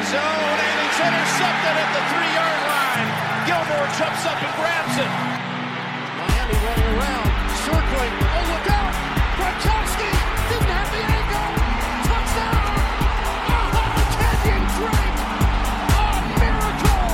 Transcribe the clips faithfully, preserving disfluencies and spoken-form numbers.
zone, and he's intercepted at the three-yard line. Gilmore jumps up and grabs it. Miami running around, circling. Oh, look out! Gronkowski didn't have the angle. Touchdown! Oh, Kenyon Drake! Oh, miracle!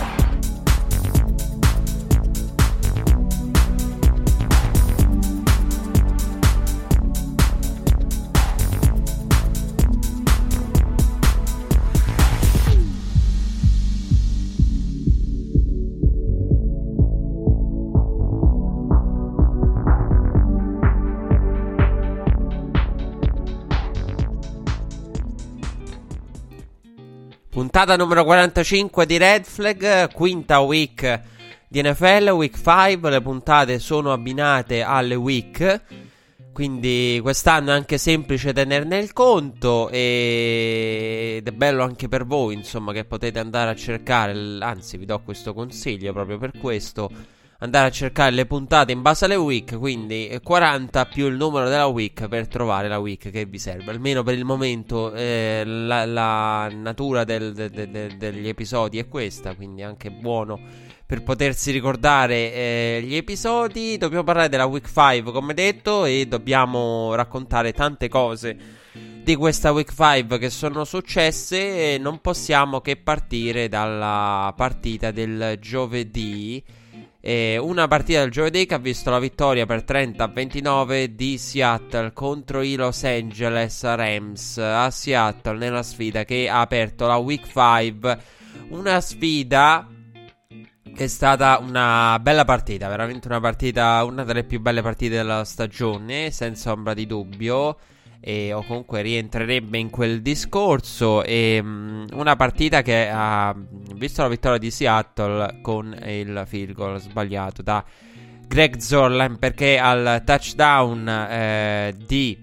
Puntata numero quarantacinque di Red Flag, quinta week di N F L, week cinque, le puntate sono abbinate alle week, quindi quest'anno è anche semplice tenerne il conto e... ed è bello anche per voi, insomma, che potete andare a cercare, anzi vi do questo consiglio proprio per questo, andare a cercare le puntate in base alle week, quindi quaranta più il numero della week per trovare la week che vi serve. Almeno per il momento eh, la, la natura del, de, de, de, degli episodi è questa, quindi è anche buono per potersi ricordare eh, gli episodi. Dobbiamo parlare della week cinque come detto e dobbiamo raccontare tante cose di questa week cinque che sono successe e non possiamo che partire dalla partita del giovedì. E una partita del giovedì che ha visto la vittoria per trenta a ventinove di Seattle contro i Los Angeles Rams a Seattle, nella sfida che ha aperto la week cinque. Una sfida che è stata una bella partita, veramente una partita, una delle più belle partite della stagione, senza ombra di dubbio, e, o comunque rientrerebbe in quel discorso. E um, una partita che ha visto la vittoria di Seattle con il field goal sbagliato da Greg Zuerlein, perché al touchdown eh, di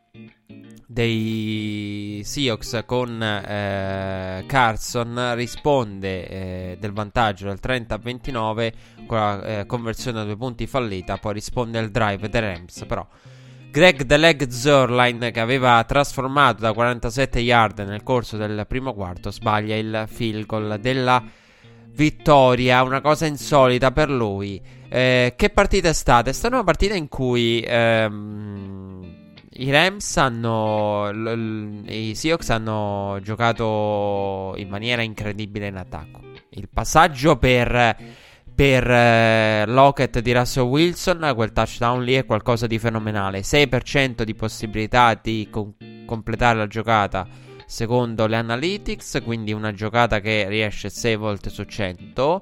dei Seahawks con eh, Carson risponde eh, del vantaggio del trenta a ventinove con la eh, conversione a due punti fallita. Poi risponde il drive dei Rams, però Greg The Leg Zuerlein, che aveva trasformato da quarantasette yard nel corso del primo quarto, sbaglia il field goal della vittoria, una cosa insolita per lui. Eh, che partita è stata? È stata una partita in cui ehm, i Rams hanno l- l- i Seahawks hanno giocato in maniera incredibile in attacco. Il passaggio per Per eh, Lockett di Russell Wilson, quel touchdown lì è qualcosa di fenomenale. sei per cento di possibilità di com- completare la giocata secondo le analytics, quindi una giocata che riesce sei volte su cento.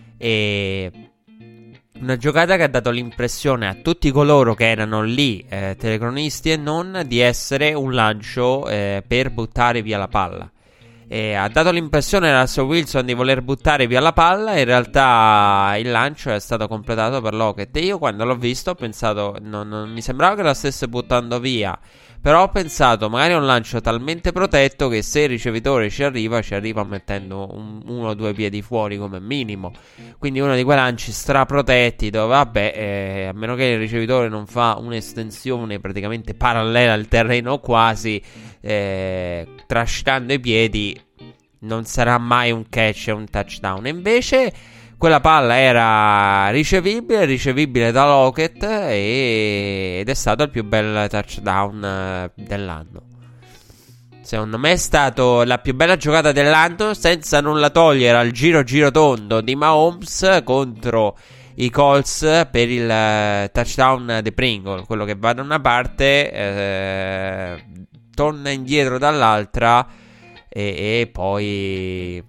E una giocata che ha dato l'impressione a tutti coloro che erano lì, eh, telecronisti e non, di essere un lancio eh, per buttare via la palla. E ha dato l'impressione a Russell Wilson di voler buttare via la palla. In realtà il lancio è stato completato per Lockett. E io quando l'ho visto ho pensato, non, non mi sembrava che la stesse buttando via, però ho pensato magari è un lancio talmente protetto che se il ricevitore ci arriva, ci arriva mettendo un, uno o due piedi fuori come minimo. Quindi uno di quei lanci straprotetti dove vabbè eh, a meno che il ricevitore non fa un'estensione praticamente parallela al terreno quasi, eh, trascinando i piedi, non sarà mai un catch e un touchdown. E invece quella palla era ricevibile, ricevibile da Lockett e... ed è stato il più bel touchdown eh, dell'anno. Secondo me è stato la più bella giocata dell'anno, senza nulla togliere al giro giro tondo di Mahomes contro i Colts per il uh, touchdown di Pringle, quello che va da una parte, eh, torna indietro dall'altra e, e poi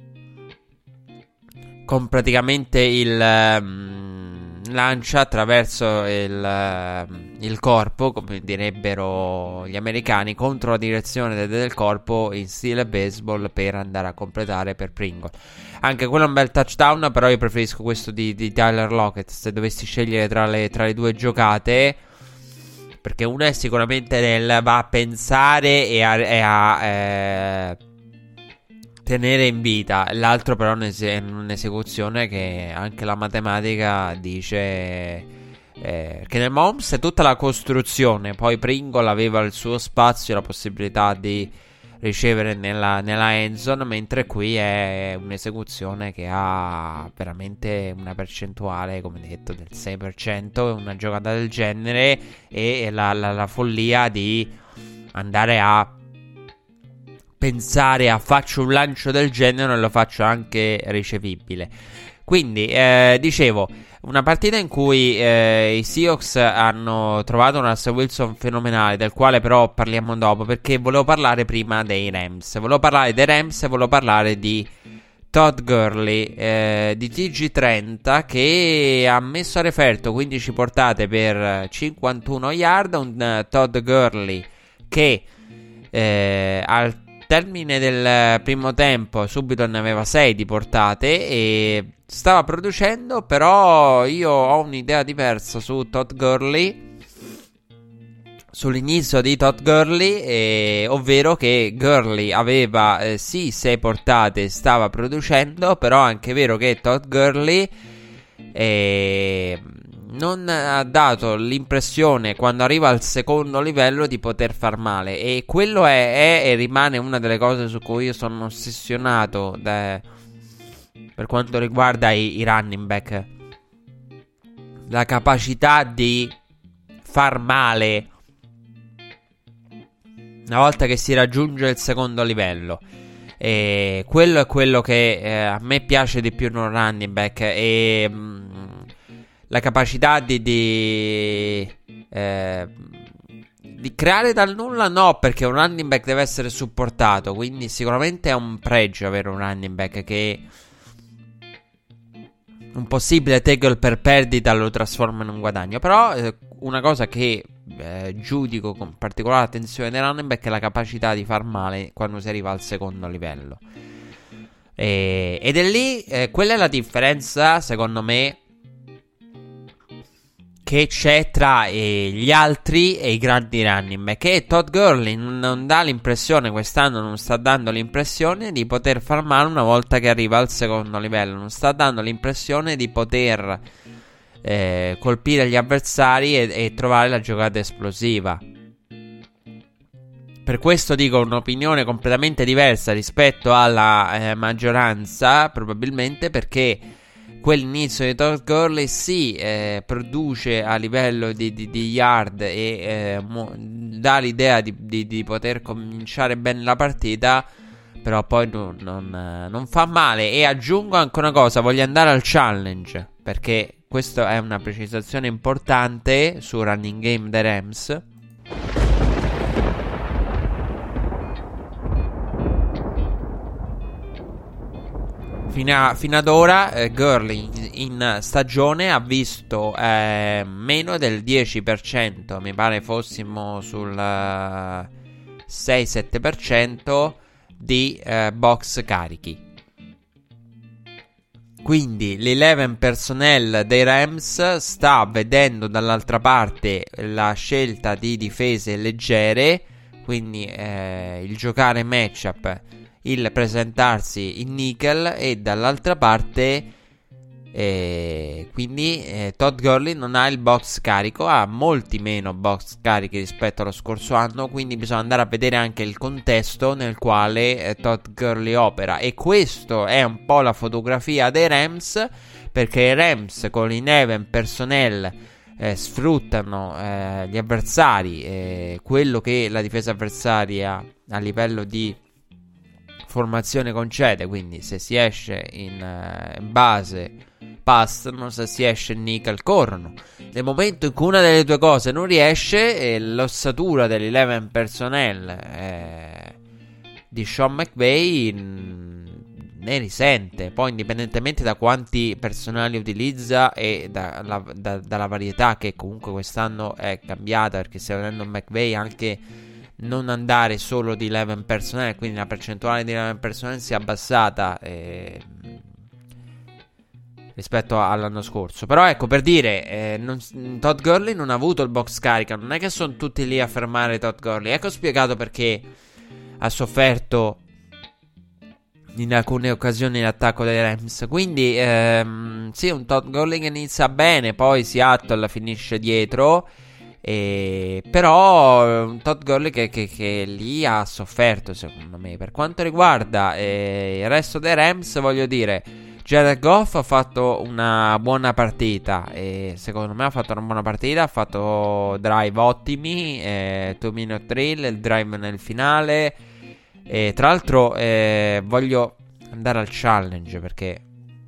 con praticamente il um, lancia attraverso il, uh, il corpo, come direbbero gli americani, contro la direzione de- del corpo in stile baseball per andare a completare per Pringle. Anche quello è un bel touchdown, però io preferisco questo di, di Tyler Lockett se dovessi scegliere tra le, tra le due giocate, perché una è sicuramente nel va a pensare e a, e a eh, tenere in vita, l'altro però è un'esecuzione che anche la matematica dice eh, che nel Mahomes è tutta la costruzione, poi Pringle aveva il suo spazio e la possibilità di ricevere nella, nella end zone, mentre qui è un'esecuzione che ha veramente una percentuale, come detto, del sei per cento, una giocata del genere, e la, la, la follia di andare a pensare a faccio un lancio del genere e lo faccio anche ricevibile. Quindi eh, dicevo, una partita in cui eh, i Seahawks hanno trovato un Russell Wilson fenomenale, del quale però parliamo dopo, perché volevo parlare prima dei Rams. Volevo parlare dei Rams e volevo parlare di Todd Gurley, eh, di T G trenta, che ha messo a referto quindici portate per cinquantuno yard. Un uh, Todd Gurley che eh, al termine del primo tempo subito ne aveva sei di portate e stava producendo. Però io ho un'idea diversa su Todd Gurley, sull'inizio di Todd Gurley, eh, ovvero che Gurley aveva eh, sì sei portate, stava producendo, però è anche vero che Todd Gurley eh, non ha dato l'impressione, quando arriva al secondo livello, di poter far male. E quello è, è e rimane una delle cose su cui io sono ossessionato da, per quanto riguarda i, i running back. La capacità di far male una volta che si raggiunge il secondo livello. E quello è quello che eh, a me piace di più in un running back. E mh, la capacità di di, eh, di creare dal nulla, no, perché un running back deve essere supportato, quindi sicuramente è un pregio avere un running back che un possibile tackle per perdita lo trasforma in un guadagno. Però eh, una cosa che eh, giudico con particolare attenzione dei running back è la capacità di far male quando si arriva al secondo livello. E, ed è lì, eh, quella è la differenza, secondo me, che c'è tra eh, gli altri e i grandi running back. Che Todd Gurley non, non dà l'impressione, quest'anno non sta dando l'impressione di poter far male una volta che arriva al secondo livello. Non sta dando l'impressione di poter eh, colpire gli avversari e, e trovare la giocata esplosiva. Per questo dico un'opinione completamente diversa rispetto alla eh, maggioranza, probabilmente perché quell'inizio di Todd Gurley sì, eh, produce a livello di, di, di yard e eh, mo- dà l'idea di, di, di poter cominciare bene la partita, però poi non, non, non fa male. E aggiungo anche una cosa, voglio andare al challenge, perché questa è una precisazione importante su running game dei Rams. Fino, a, fino ad ora eh, Gurley in, in stagione ha visto eh, meno del dieci per cento, mi pare fossimo sul uh, sei sette per cento di uh, box carichi. Quindi l'eleven personnel dei Rams sta vedendo dall'altra parte la scelta di difese leggere, quindi eh, il giocare matchup, il presentarsi in nickel, e dall'altra parte eh, quindi eh, Todd Gurley non ha il box carico, ha molti meno box carichi rispetto allo scorso anno, quindi bisogna andare a vedere anche il contesto nel quale eh, Todd Gurley opera. E questo è un po' la fotografia dei Rams, perché i Rams con l'eleven personnel eh, sfruttano eh, gli avversari, eh, quello che la difesa avversaria a livello di formazione concede. Quindi se si esce in uh, base passano, se si esce in nickel corrono. Nel momento in cui una delle due cose non riesce, eh, l'ossatura dell'eleven personnel eh, di Sean McVay mh, ne risente. Poi indipendentemente da quanti personali utilizza e da, la, da, dalla varietà che comunque quest'anno è cambiata, perché sta vedendo McVay anche non andare solo di eleven personnel, quindi la percentuale di eleven personnel si è abbassata eh, rispetto all'anno scorso. Però ecco, per dire, eh, non, Todd Gurley non ha avuto il box carica, non è che sono tutti lì a fermare Todd Gurley. Ecco spiegato perché ha sofferto in alcune occasioni l'attacco dei Rams. Quindi ehm, sì, un Todd Gurley che inizia bene, poi Seattle finisce dietro. E, però un Todd Gurley che, che, che lì ha sofferto, secondo me. Per quanto riguarda eh, il resto dei Rams, voglio dire, Jared Goff ha fatto una buona partita, e secondo me ha fatto una buona partita, ha fatto drive ottimi, eh, two minute drill, il drive nel finale, e tra l'altro eh, voglio andare al challenge perché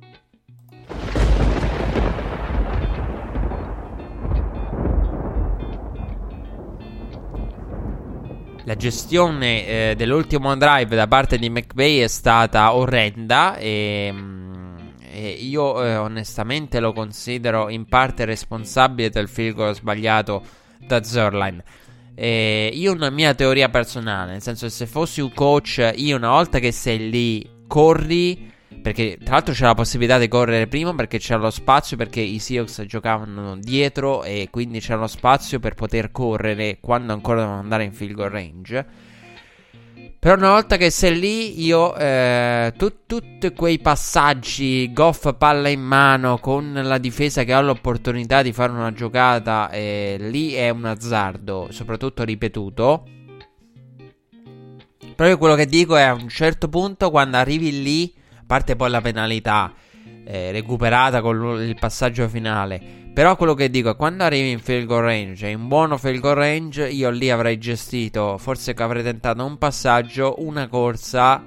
la gestione eh, dell'ultimo drive da parte di McVay è stata orrenda e, e io eh, onestamente lo considero in parte responsabile del field goal sbagliato da Zuerlein. E io ho una mia teoria personale, nel senso che se fossi un coach, io una volta che sei lì corri, perché tra l'altro c'è la possibilità di correre prima perché c'era lo spazio, perché i Seahawks giocavano dietro e quindi c'era lo spazio per poter correre quando ancora dovevano andare in field goal range. Però una volta che sei lì, io eh, tu, tutti quei passaggi, Goff palla in mano con la difesa che ha l'opportunità di fare una giocata, eh, lì è un azzardo, soprattutto ripetuto. Proprio quello che dico è, a un certo punto quando arrivi lì, a parte poi la penalità eh, recuperata con il passaggio finale, però quello che dico è, quando arrivi in field goal range, in buono field goal range, io lì avrei gestito, forse che avrei tentato un passaggio, una corsa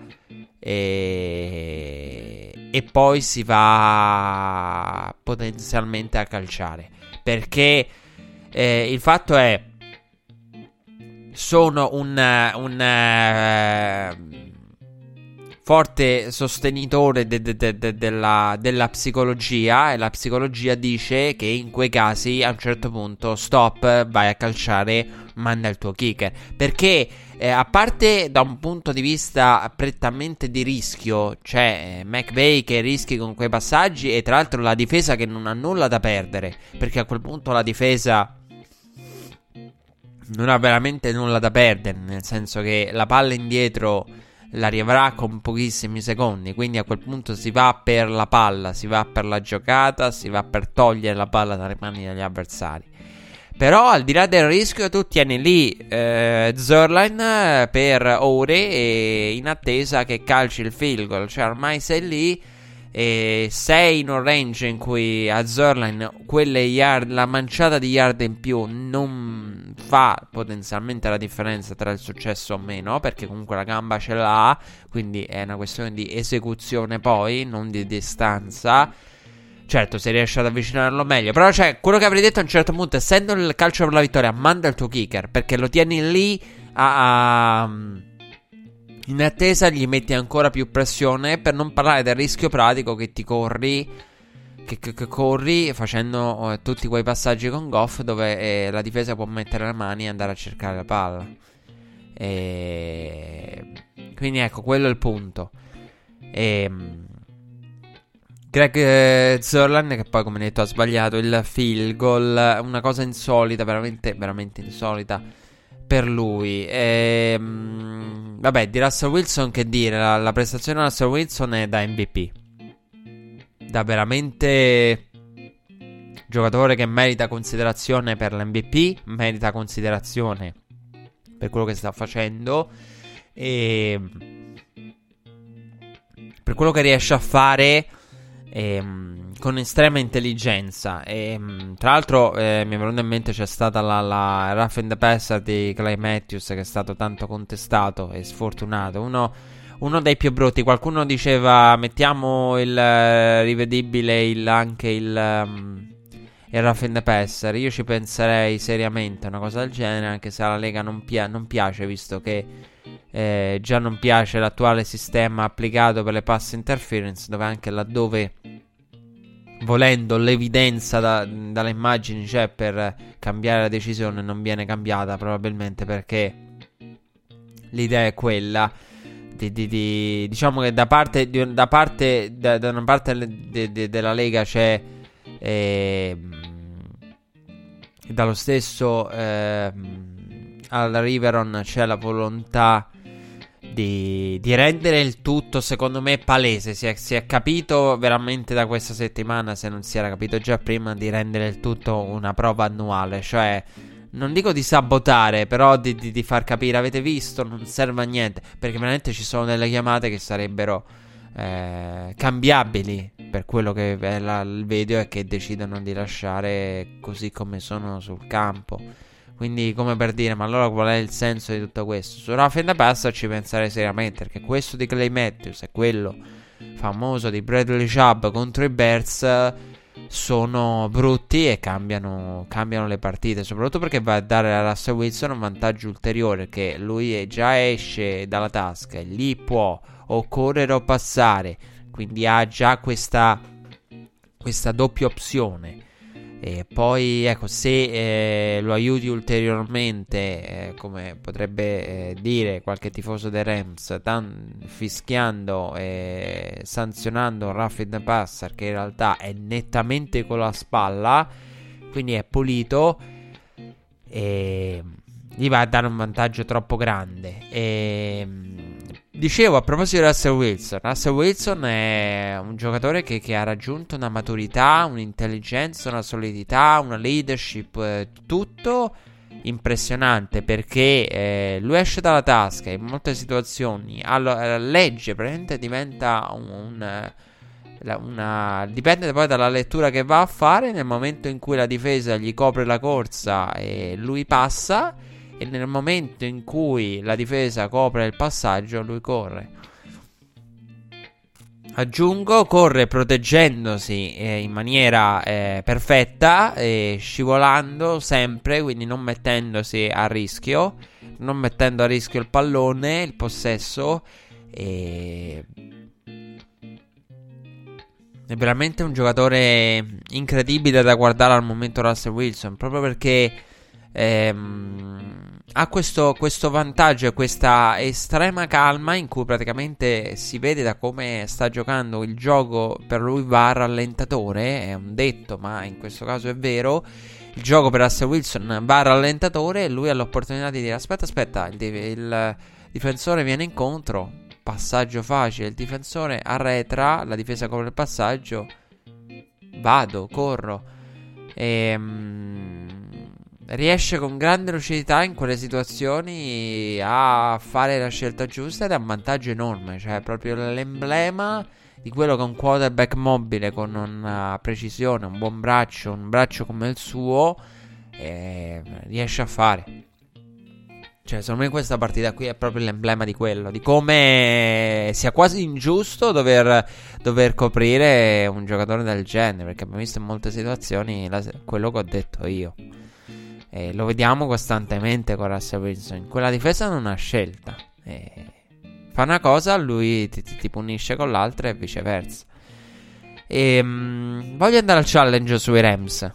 e, e poi si va potenzialmente a calciare, perché eh, il fatto è, sono un, un uh, forte sostenitore de- de- de- de- della, della psicologia, e la psicologia dice che in quei casi a un certo punto stop, vai a calciare, manda il tuo kicker, perché eh, a parte da un punto di vista prettamente di rischio, c'è eh, McVay che rischi con quei passaggi, e tra l'altro la difesa che non ha nulla da perdere, perché a quel punto la difesa non ha veramente nulla da perdere, nel senso che la palla indietro la riavrà con pochissimi secondi, quindi a quel punto si va per la palla, si va per la giocata, si va per togliere la palla dalle mani degli avversari. Però al di là del rischio, tu tieni lì eh, Zuerlein per ore e in attesa che calci il field goal, cioè ormai sei lì e sei in un range in cui a Zuerlein quelle yard, la manciata di yard in più non fa potenzialmente la differenza tra il successo o meno, perché comunque la gamba ce l'ha, quindi è una questione di esecuzione poi, non di distanza. Certo, se riesci ad avvicinarlo meglio, però cioè, quello che avrei detto a un certo punto, essendo il calcio per la vittoria, manda il tuo kicker, perché lo tieni lì a... a in attesa, gli metti ancora più pressione, per non parlare del rischio pratico che ti corri Che, che, che corri facendo eh, tutti quei passaggi con Goff dove eh, la difesa può mettere le mani e andare a cercare la palla. E... quindi ecco, quello è il punto. E... Greg eh, Zuerlein, che poi come detto ha sbagliato il field goal, una cosa insolita, veramente, veramente insolita per lui. E... vabbè, di Russell Wilson che dire, la, la prestazione di Russell Wilson è da M V P, da veramente giocatore che merita considerazione per l'M V P, merita considerazione per quello che sta facendo e per quello che riesce a fare e, con estrema intelligenza. E, tra l'altro eh, mi è venuto in mente, c'è stata la, la rough in the passer di Clay Matthews, che è stato tanto contestato e sfortunato, uno Uno dei più brutti. Qualcuno diceva mettiamo il uh, rivedibile il, anche il, um, il rough in the passer. Io ci penserei seriamente a una cosa del genere, anche se alla Lega non, pia- non piace, visto che eh, già non piace l'attuale sistema applicato per le pass interference, dove anche laddove volendo l'evidenza da, dalle immagini c'è per cambiare la decisione, non viene cambiata, probabilmente perché l'idea è quella. Di, di, di, diciamo che da parte di, da parte da, da una parte de, de, della Lega c'è eh, dallo stesso eh, al Riveron c'è la volontà di, di rendere il tutto, secondo me, palese. Si è, si è capito veramente da questa settimana, se non si era capito già prima, di rendere il tutto una prova annuale, cioè non dico di sabotare, però di, di, di far capire, avete visto, non serve a niente, perché veramente ci sono delle chiamate che sarebbero eh, cambiabili per quello che è la, il video, e che decidono di lasciare così come sono sul campo. Quindi, come per dire, ma allora qual è il senso di tutto questo? Su Rough in the Passer ci pensare seriamente, perché questo di Clay Matthews e quello famoso di Bradley Chubb contro i Bears sono brutti e cambiano, cambiano le partite, soprattutto perché va a dare a Russell Wilson un vantaggio ulteriore, che lui già esce dalla tasca e lì può o correre o passare, quindi ha già questa, questa doppia opzione. E poi ecco, se eh, lo aiuti ulteriormente, eh, come potrebbe eh, dire qualche tifoso dei Rams, tan- fischiando e sanzionando Rough in the Passer, che in realtà è nettamente con la spalla, quindi è pulito, e gli va a dare un vantaggio troppo grande. E dicevo, a proposito di Russell Wilson, Russell Wilson è un giocatore che, che ha raggiunto una maturità, un'intelligenza, una solidità, una leadership, eh, tutto impressionante, perché eh, lui esce dalla tasca in molte situazioni, allo- legge, praticamente diventa un, un una, dipende poi dalla lettura che va a fare. Nel momento in cui la difesa gli copre la corsa e lui passa, e nel momento in cui la difesa copre il passaggio lui corre. Aggiungo, corre proteggendosi eh, in maniera eh, perfetta, eh, scivolando sempre, quindi non mettendosi a rischio, non mettendo a rischio il pallone, il possesso. E è veramente un giocatore incredibile da guardare al momento, Russell Wilson, proprio perché ehm, ha questo, questo vantaggio e questa estrema calma, in cui praticamente si vede da come sta giocando il gioco. Per lui va a rallentatore, è un detto, ma in questo caso è vero. Il gioco per Russell Wilson va a rallentatore e lui ha l'opportunità di dire: aspetta, aspetta, il, il difensore viene incontro, passaggio facile, il difensore arretra, la difesa copre il passaggio, vado, corro. E um, riesce con grande lucidità in quelle situazioni a fare la scelta giusta, ed è un vantaggio enorme. Cioè è proprio l'emblema di quello che un quarterback mobile, con una precisione, un buon braccio, un braccio come il suo, eh, riesce a fare. Cioè, secondo me questa partita qui è proprio l'emblema di quello, di come sia quasi ingiusto dover, dover coprire un giocatore del genere, perché abbiamo visto in molte situazioni la, quello che ho detto io. E lo vediamo costantemente con Russell Wilson. In quella difesa non ha scelta. E fa una cosa, lui ti, ti, ti punisce con l'altra e viceversa. E, um, voglio andare al challenge sui Rams.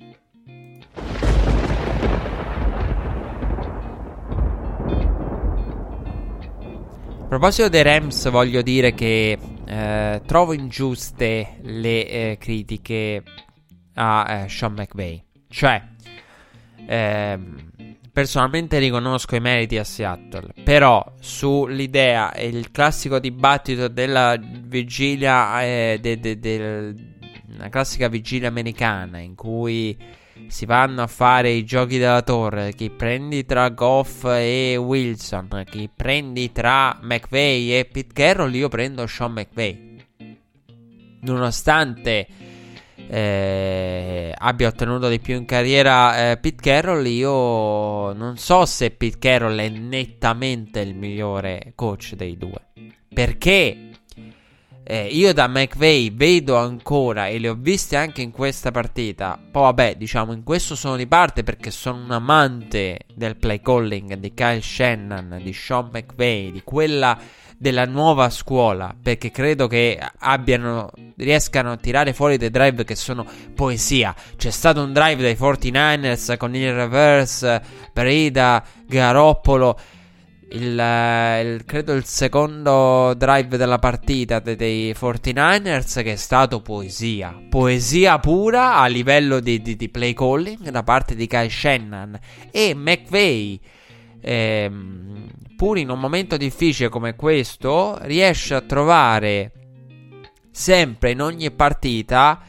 A proposito dei Rams, voglio dire che eh, trovo ingiuste le eh, critiche a eh, Sean McVay. Cioè, eh, personalmente riconosco i meriti a Seattle, però sull'idea e il classico dibattito della vigilia, eh, de, de, de, una classica vigilia americana in cui si vanno a fare i giochi della torre, chi prendi tra Goff e Wilson, chi prendi tra McVay e Pete Carroll, io prendo Sean McVay. Nonostante eh, abbia ottenuto di più in carriera eh, Pete Carroll, io non so se Pete Carroll è nettamente il migliore coach dei due, perché Eh, io da McVay vedo ancora, e le ho viste anche in questa partita. Poi vabbè, diciamo, in questo sono di parte perché sono un amante del play calling di Kyle Shanahan, di Sean McVay, di quella della nuova scuola, perché credo che abbiano, riescano a tirare fuori dei drive che sono poesia. C'è stato un drive dai quarantanovers con il reverse, Breida, Garoppolo, Il, il, credo il secondo drive della partita dei, dei quarantanovers, che è stato poesia, poesia pura a livello di, di, di play calling da parte di Kyle Shanahan. E McVay, ehm, pur in un momento difficile come questo, riesce a trovare sempre in ogni partita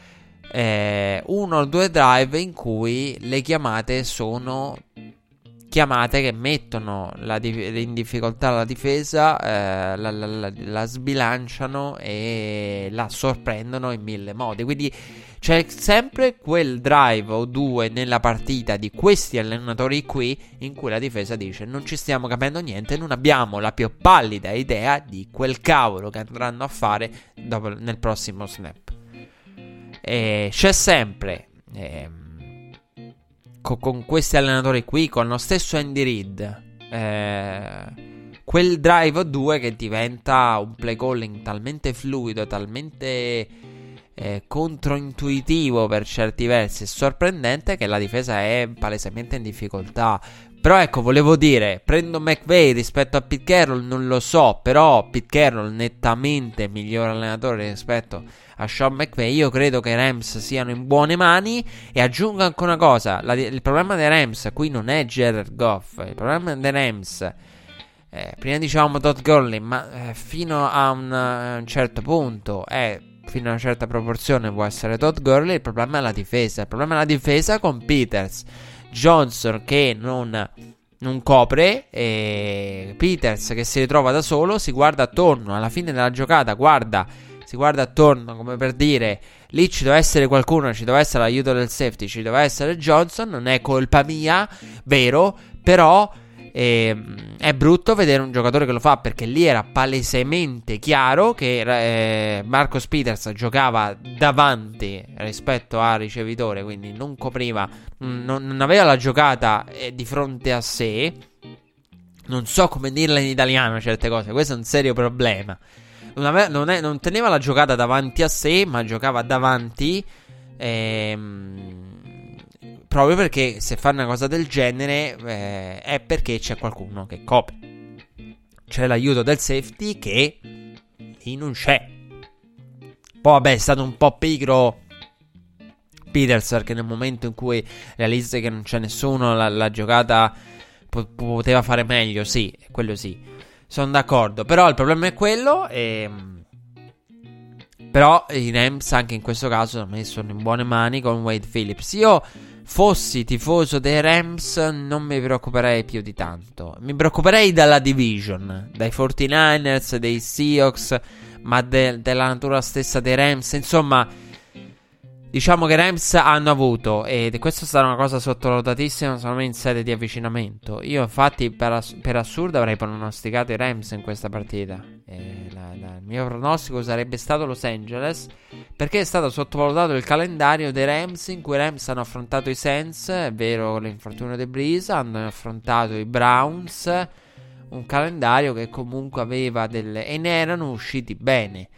eh, uno o due drive in cui le chiamate sono chiamate che mettono la dif- in difficoltà la difesa, eh, la, la, la, la sbilanciano e la sorprendono in mille modi. Quindi c'è sempre quel drive o due nella partita di questi allenatori qui in cui la difesa dice: non ci stiamo capendo niente, non abbiamo la più pallida idea di quel cavolo che andranno a fare dopo, nel prossimo snap. E c'è sempre ehm, co- con questi allenatori qui, con lo stesso Andy Reid, eh, quel drive o due che diventa un play calling talmente fluido, talmente Eh, controintuitivo per certi versi, sorprendente, che la difesa è palesemente in difficoltà. Però ecco, volevo dire, prendo McVay rispetto a Pete Carroll, non lo so, però Pete Carroll nettamente miglior allenatore rispetto a Sean McVay. Io credo che i Rams siano in buone mani. E aggiungo anche una cosa, la, il problema dei Rams qui non è Jared Goff, il problema dei Rams, eh, prima dicevamo Todd Gurley, ma eh, fino a un, a un certo punto è fino a una certa proporzione può essere Todd Gurley. Il problema è la difesa. Il problema è la difesa con Peters, Johnson che non, non copre, e Peters che si ritrova da solo, si guarda attorno alla fine della giocata, guarda, si guarda attorno come per dire: lì ci deve essere qualcuno, ci deve essere l'aiuto del safety, ci deve essere Johnson, non è colpa mia, vero, però E, è brutto vedere un giocatore che lo fa, perché lì era palesemente chiaro che eh, Marcus Peters giocava davanti rispetto al ricevitore, quindi non copriva, non, non aveva la giocata eh, di fronte a sé. Non so come dirla in italiano certe cose, questo è un serio problema. Non, aveva, non, è, non teneva la giocata davanti a sé, ma giocava davanti, ehm proprio perché se fa una cosa del genere eh, è perché c'è qualcuno che copre. C'è l'aiuto del safety che lì non c'è. Poi vabbè, è stato un po' pigro Peters, perché nel momento in cui realizza che non c'è nessuno, la, la giocata po- poteva fare meglio, sì, quello sì, sono d'accordo. Però il problema è quello. E però i Rams anche in questo caso a me sono in buone mani con Wade Phillips. Io fossi tifoso dei Rams non mi preoccuperei più di tanto. Mi preoccuperei dalla division, dai quarantanovers, dei Seahawks, ma de- della natura stessa dei Rams. Insomma, diciamo che i Rams hanno avuto, ed questa sarà una cosa sottovalutatissima secondo me in sede di avvicinamento. Io infatti per, ass- per assurdo avrei pronosticato i Rams in questa partita. E la, la, il mio pronostico sarebbe stato Los Angeles, perché è stato sottovalutato il calendario dei Rams, in cui i Rams hanno affrontato i Saints, è vero, l'infortunio di Breeze, hanno affrontato i Browns, un calendario che comunque aveva delle... e ne erano usciti bene.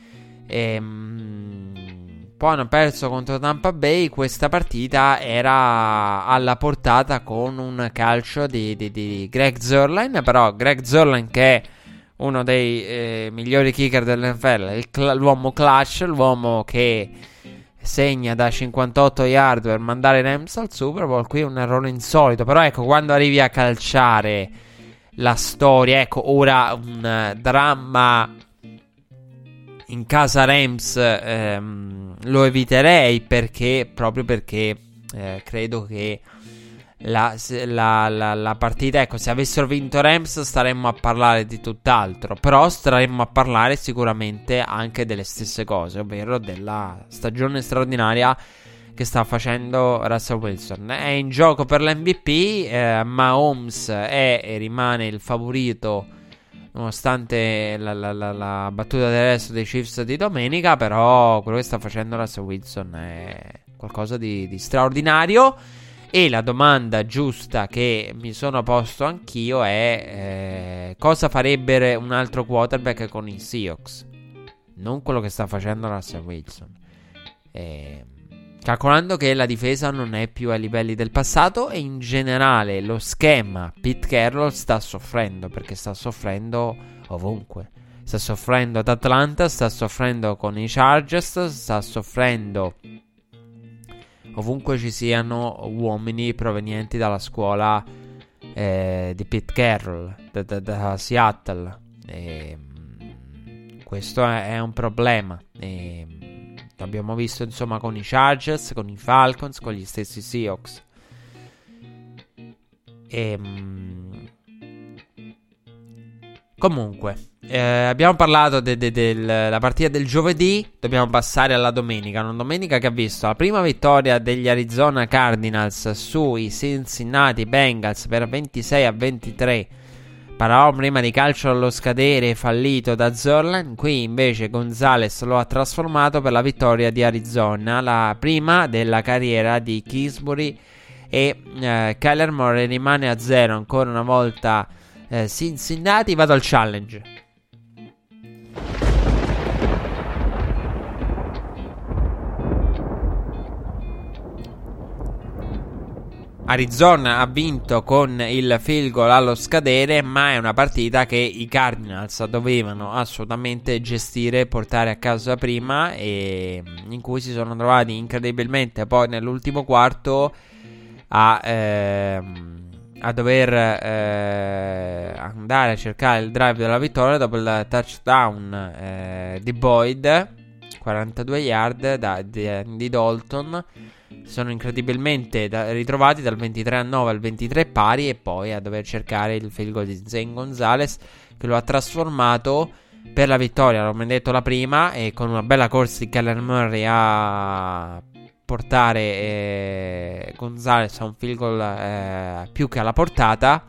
Ehm... Poi hanno perso contro Tampa Bay. Questa partita era alla portata con un calcio di, di, di Greg Zuerlein. Però Greg Zuerlein, che è uno dei eh, migliori kicker dell'N F L, il cl- l'uomo clutch, l'uomo che segna da cinquantotto yard per mandare i Rams al Super Bowl. Qui è un errore insolito. Però ecco, quando arrivi a calciare la storia, ecco, ora un uh, dramma in casa Rams ehm, lo eviterei, perché proprio perché eh, credo che la, la, la, la partita, ecco, se avessero vinto Rams staremmo a parlare di tutt'altro, però staremmo a parlare sicuramente anche delle stesse cose, ovvero della stagione straordinaria che sta facendo Russell Wilson. È in gioco per l'M V P, eh, Mahomes è e rimane il favorito nonostante la, la, la, la battuta del resto dei Chiefs di domenica. Però quello che sta facendo Russell Wilson è qualcosa di, di straordinario. E la domanda giusta che mi sono posto anch'io è eh, cosa farebbe un altro quarterback con i Seahawks, non quello che sta facendo Russell Wilson, eh, calcolando che la difesa non è più ai livelli del passato, e in generale lo schema Pete Carroll sta soffrendo, perché sta soffrendo ovunque. Sta soffrendo ad Atlanta, sta soffrendo con i Chargers, sta soffrendo ovunque ci siano uomini provenienti dalla scuola eh, di Pete Carroll, da, da, da Seattle. E questo è, è un problema. E Abbiamo visto insomma con i Chargers, con i Falcons, con gli stessi Seahawks. Ehm... Comunque, eh, abbiamo parlato della de, de, de, partita del giovedì. Dobbiamo passare alla domenica. Una domenica che ha visto la prima vittoria degli Arizona Cardinals sui Cincinnati Bengals per ventisei a ventitré. Parlavamo prima di calcio allo scadere fallito da Zorlan. Qui invece Gonzalez lo ha trasformato per la vittoria di Arizona, la prima della carriera di Kingsbury. E eh, Kyler Murray rimane a zero ancora una volta. Eh, Cincinnati. Vado al challenge. Arizona ha vinto con il field goal allo scadere, ma è una partita che i Cardinals dovevano assolutamente gestire e portare a casa prima, e in cui si sono trovati incredibilmente poi nell'ultimo quarto a... Ehm, a dover eh, andare a cercare il drive della vittoria dopo il touchdown eh, di Boyd, quarantadue yard da, di, di Dalton. Sono incredibilmente da, ritrovati dal ventitré a nove al ventitré pari, e poi a dover cercare il field goal di Zane Gonzalez, che lo ha trasformato per la vittoria, l'ho detto la prima, e con una bella corsa di Kyler Murray a portare eh, Gonzalez a un field goal eh, più che alla portata,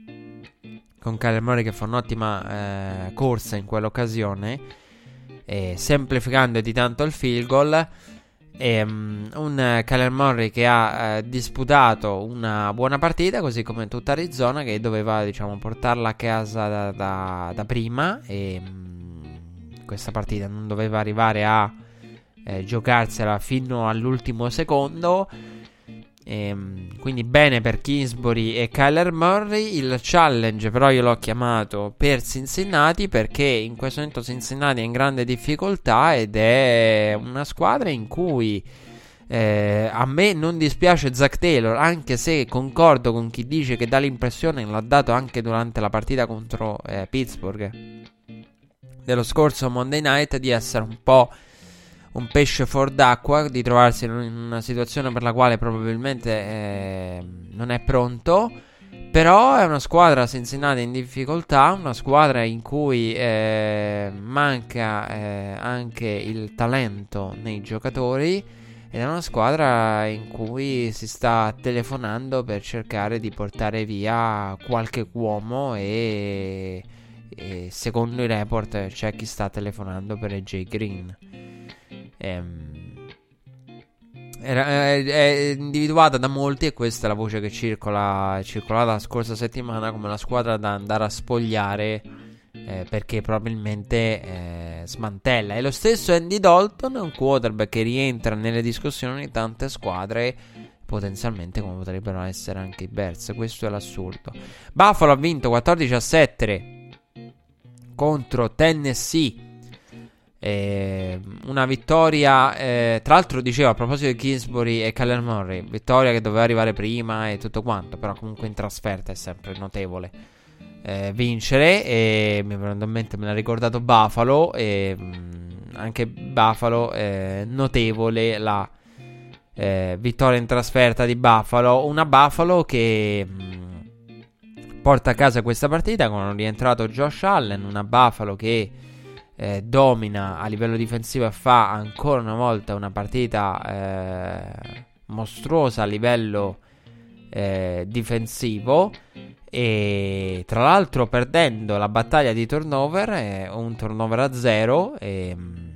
con Kyler Murray che fa un'ottima eh, corsa in quell'occasione, eh, semplificando di tanto il field goal. E, um, un Kyler Murray che ha eh, disputato una buona partita, così come tutta Arizona, che doveva, diciamo, portarla a casa da, da, da prima, e um, questa partita non doveva arrivare a Eh, giocarsela fino all'ultimo secondo. ehm, Quindi bene per Kingsbury e Kyler Murray. Il challenge però io l'ho chiamato per Cincinnati, perché in questo momento Cincinnati è in grande difficoltà ed è una squadra in cui eh, a me non dispiace Zach Taylor, anche se concordo con chi dice che dà l'impressione, l'ha dato anche durante la partita contro eh, Pittsburgh dello scorso Monday Night, di essere un po' un pesce fuor d'acqua, di trovarsi in una situazione per la quale probabilmente eh, non è pronto. Però è una squadra Cincinnati in difficoltà, una squadra in cui eh, manca eh, anche il talento nei giocatori, ed è una squadra in cui si sta telefonando per cercare di portare via qualche uomo, e, e secondo i report c'è chi sta telefonando per A J Green. Ehm, era, è, è individuata da molti, e questa è la voce che circola, è circolata la scorsa settimana come la squadra da andare a spogliare, eh, perché probabilmente eh, smantella. E lo stesso Andy Dalton è un quarterback che rientra nelle discussioni di tante squadre, potenzialmente come potrebbero essere anche i Bears. Questo è l'assurdo. Buffalo ha vinto quattordici a sette contro Tennessee. Eh, una vittoria, eh, tra l'altro dicevo a proposito di Kingsbury e Kyler Murray, vittoria che doveva arrivare prima e tutto quanto, però comunque in trasferta è sempre notevole eh, vincere. E mi è venuto in mente, me l'ha ricordato Buffalo, e mh, anche Buffalo eh, notevole la eh, vittoria in trasferta di Buffalo, una Buffalo che mh, porta a casa questa partita con un rientrato Josh Allen, una Buffalo che Eh, domina a livello difensivo e fa ancora una volta una partita eh, mostruosa a livello eh, difensivo, e tra l'altro perdendo la battaglia di turnover, eh, un turnover a zero, e,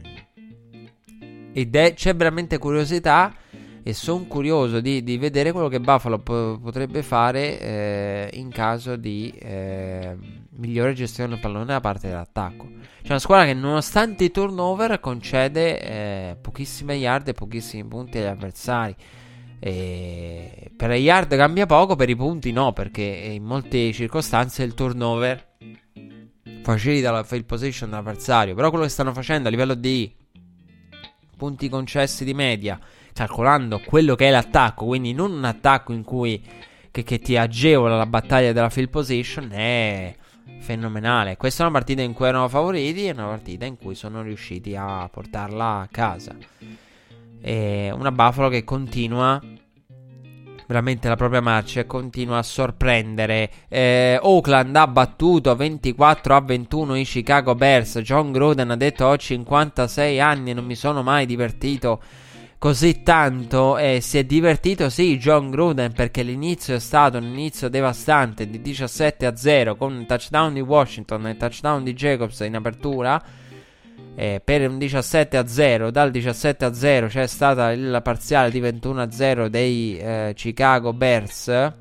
ed è, c'è veramente curiosità, e sono curioso di, di vedere quello che Buffalo po- potrebbe fare eh, in caso di eh, migliore gestione del pallone da parte dell'attacco. C'è una squadra che nonostante i turnover concede eh, pochissime yard e pochissimi punti agli avversari. E per le yard cambia poco, per i punti no, perché in molte circostanze il turnover facilita la field position dell'avversario. Però quello che stanno facendo a livello di punti concessi di media, calcolando quello che è l'attacco, quindi non un attacco in cui che, che ti agevola la battaglia della field position, è fenomenale. Questa è una partita in cui erano favoriti e una partita in cui sono riusciti a portarla a casa. E una Buffalo che continua veramente la propria marcia e continua a sorprendere. eh, Oakland ha battuto ventiquattro a ventuno i Chicago Bears. John Gruden ha detto: ho cinquantasei anni e non mi sono mai divertito così tanto. E si è divertito sì John Gruden, perché l'inizio è stato un inizio devastante di diciassette a zero con un touchdown di Washington e un touchdown di Jacobs in apertura. Eh, per un diciassette a zero, dal diciassette a zero c'è stata il parziale di ventuno a zero dei eh, Chicago Bears,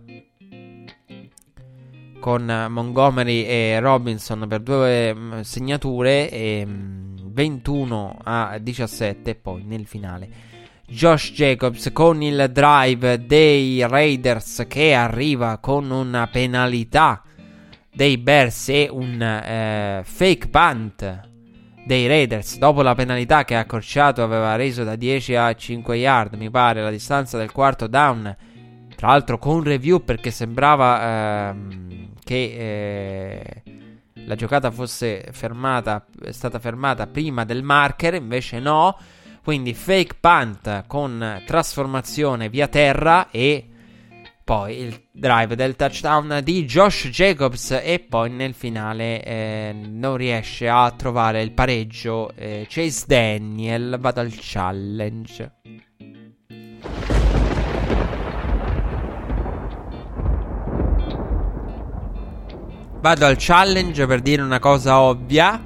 con Montgomery e Robinson per due mh, segnature, e mh, ventuno a diciassette poi nel finale. Josh Jacobs con il drive dei Raiders che arriva con una penalità dei Bears e un eh, fake punt dei Raiders dopo la penalità che accorciato aveva reso da dieci a cinque yard, mi pare, la distanza del quarto down, tra l'altro con review, perché sembrava ehm, che eh, la giocata fosse fermata, è stata fermata prima del marker, invece no. Quindi fake punt con trasformazione via terra e poi il drive del touchdown di Josh Jacobs, e poi nel finale eh, non riesce a trovare il pareggio eh, Chase Daniel. Vado al challenge. Vado al challenge per dire una cosa ovvia,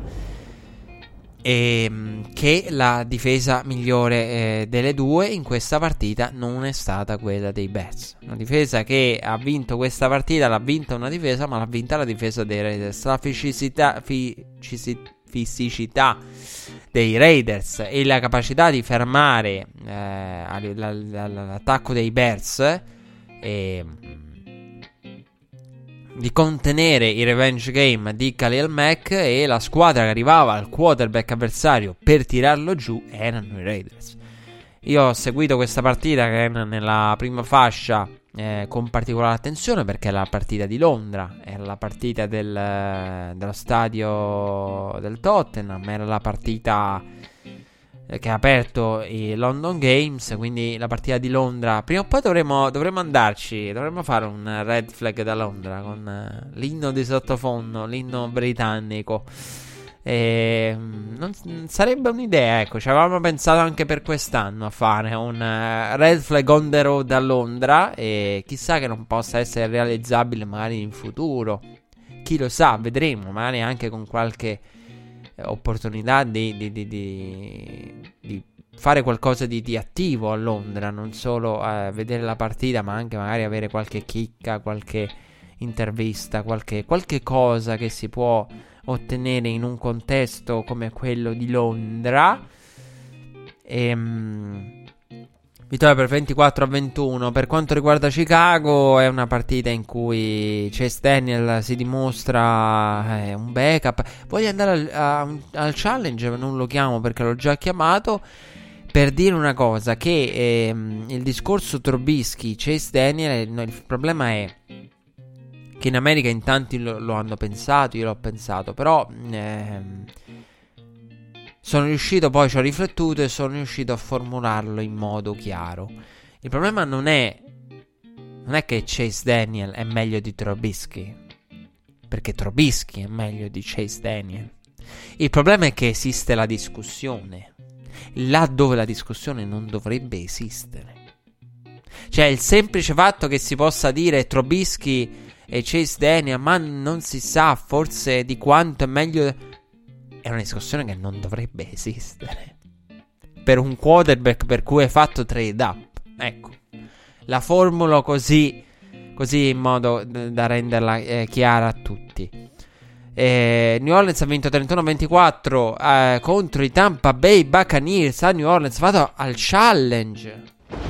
e che la difesa migliore eh, delle due in questa partita non è stata quella dei Bears. Una difesa che ha vinto questa partita, l'ha vinta una difesa, ma l'ha vinta la difesa dei Raiders. La fisicità, fici, fisicità dei Raiders e la capacità di fermare eh, l'attacco dei Bears e di contenere i revenge game di Khalil Mack e la squadra che arrivava al quarterback avversario per tirarlo giù erano i Raiders. Io ho seguito questa partita che era nella prima fascia eh, con particolare attenzione, perché è la partita di Londra, era la partita del, dello stadio del Tottenham, era la partita che ha aperto i London Games, quindi la partita di Londra. Prima o poi dovremo, dovremo andarci, dovremmo fare un red flag da Londra con uh, l'inno di sottofondo, l'inno britannico. E, non, non sarebbe un'idea, ecco, ci avevamo pensato anche per quest'anno a fare un uh, red flag on the road a Londra, e chissà che non possa essere realizzabile magari in futuro, chi lo sa, vedremo, magari anche con qualche opportunità di, di, di, di, di fare qualcosa di, di attivo a Londra, non solo a vedere la partita, ma anche magari avere qualche chicca, qualche intervista, qualche, qualche cosa che si può ottenere in un contesto come quello di Londra. E vittoria per ventiquattro a ventuno. Per quanto riguarda Chicago, è una partita in cui Chase Daniel si dimostra eh, un backup. Voglio andare al, a, al challenge, non lo chiamo perché l'ho già chiamato, per dire una cosa, che ehm, il discorso Trubisky Chase Daniel, no, il problema è che in America in tanti lo, lo hanno pensato, io l'ho pensato, però ehm, sono riuscito, poi ci ho riflettuto e sono riuscito a formularlo in modo chiaro. Il problema non è non è che Chase Daniel è meglio di Trubisky, perché Trubisky è meglio di Chase Daniel. Il problema è che esiste la discussione là dove la discussione non dovrebbe esistere. Cioè il semplice fatto che si possa dire Trubisky e Chase Daniel, ma non si sa forse di quanto è meglio, è una discussione che non dovrebbe esistere per un quarterback per cui hai fatto trade up. Ecco, la formulo così, così in modo da renderla eh, chiara a tutti. eh, New Orleans ha vinto trentuno a ventiquattro eh, contro i Tampa Bay Buccaneers a New Orleans. Vado al challenge.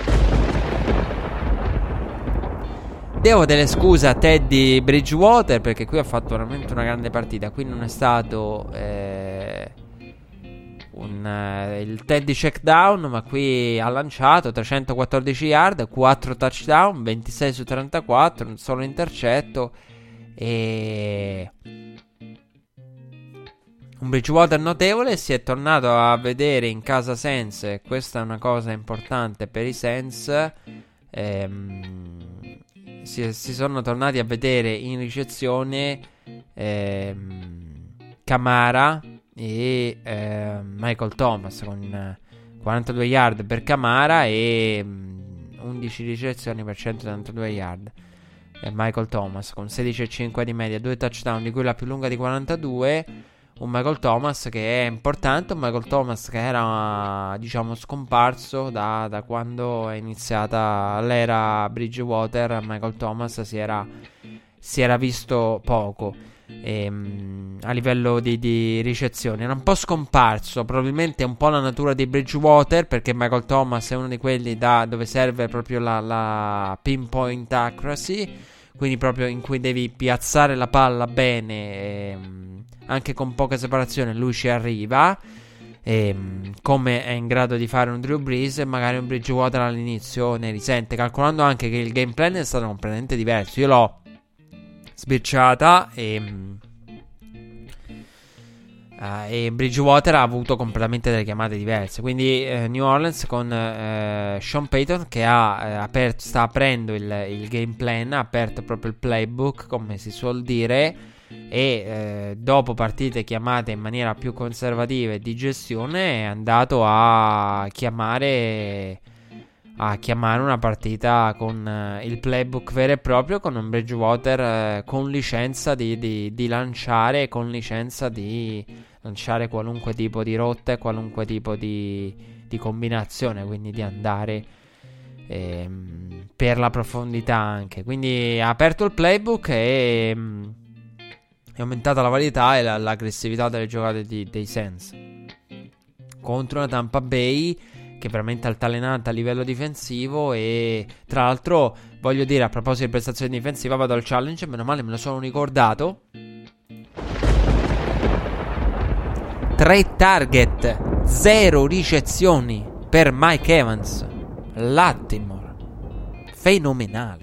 Devo delle scuse a Teddy Bridgewater, perché qui ha fatto veramente una grande partita. Qui non è stato eh, un, eh, il Teddy check down, ma qui ha lanciato trecentoquattordici yard, quattro touchdown, ventisei su trentaquattro, un solo intercetto e un Bridgewater notevole. Si è tornato a vedere in casa Saints, e questa è una cosa importante per i Saints. ehm, si, si sono tornati a vedere in ricezione ehm, Kamara e eh, Michael Thomas, con quarantadue yard per Kamara e mh, undici ricezioni per centottantadue yard. E Michael Thomas con sedici virgola cinque di media, due touchdown, di cui la più lunga di quarantadue. Un Michael Thomas che è importante, un Michael Thomas che era, diciamo, scomparso da, da quando è iniziata l'era Bridgewater. Michael Thomas si era, si era visto poco e, mh, a livello di, di ricezione. Era un po' scomparso, probabilmente è un po' la natura di Bridgewater, perché Michael Thomas è uno di quelli da, dove serve proprio la, la pinpoint accuracy, quindi proprio in cui devi piazzare la palla bene e, anche con poca separazione lui ci arriva, e, come è in grado di fare un Drew Brees. E magari un Bridgewater all'inizio ne risente, calcolando anche che il game plan è stato completamente diverso. Io l'ho sbirciata e, uh, e Bridgewater ha avuto completamente delle chiamate diverse. Quindi uh, New Orleans con uh, Sean Payton che ha uh, aperto, sta aprendo il, il game plan, ha aperto proprio il playbook, come si suol dire, e eh, dopo partite chiamate in maniera più conservativa e di gestione è andato a chiamare a chiamare una partita con eh, il playbook vero e proprio, con un Bridgewater eh, con licenza di, di, di lanciare, con licenza di lanciare qualunque tipo di rotta, qualunque tipo di, di combinazione, quindi di andare ehm, per la profondità anche. Quindi ha aperto il playbook e ehm, è aumentata la varietà e la, l'aggressività delle giocate di, dei Saints contro una Tampa Bay che è veramente altalenata a livello difensivo. E tra l'altro voglio dire, a proposito di prestazioni difensive, vado al challenge, meno male me lo sono ricordato. Tre target, zero ricezioni per Mike Evans. Lattimore, fenomenale.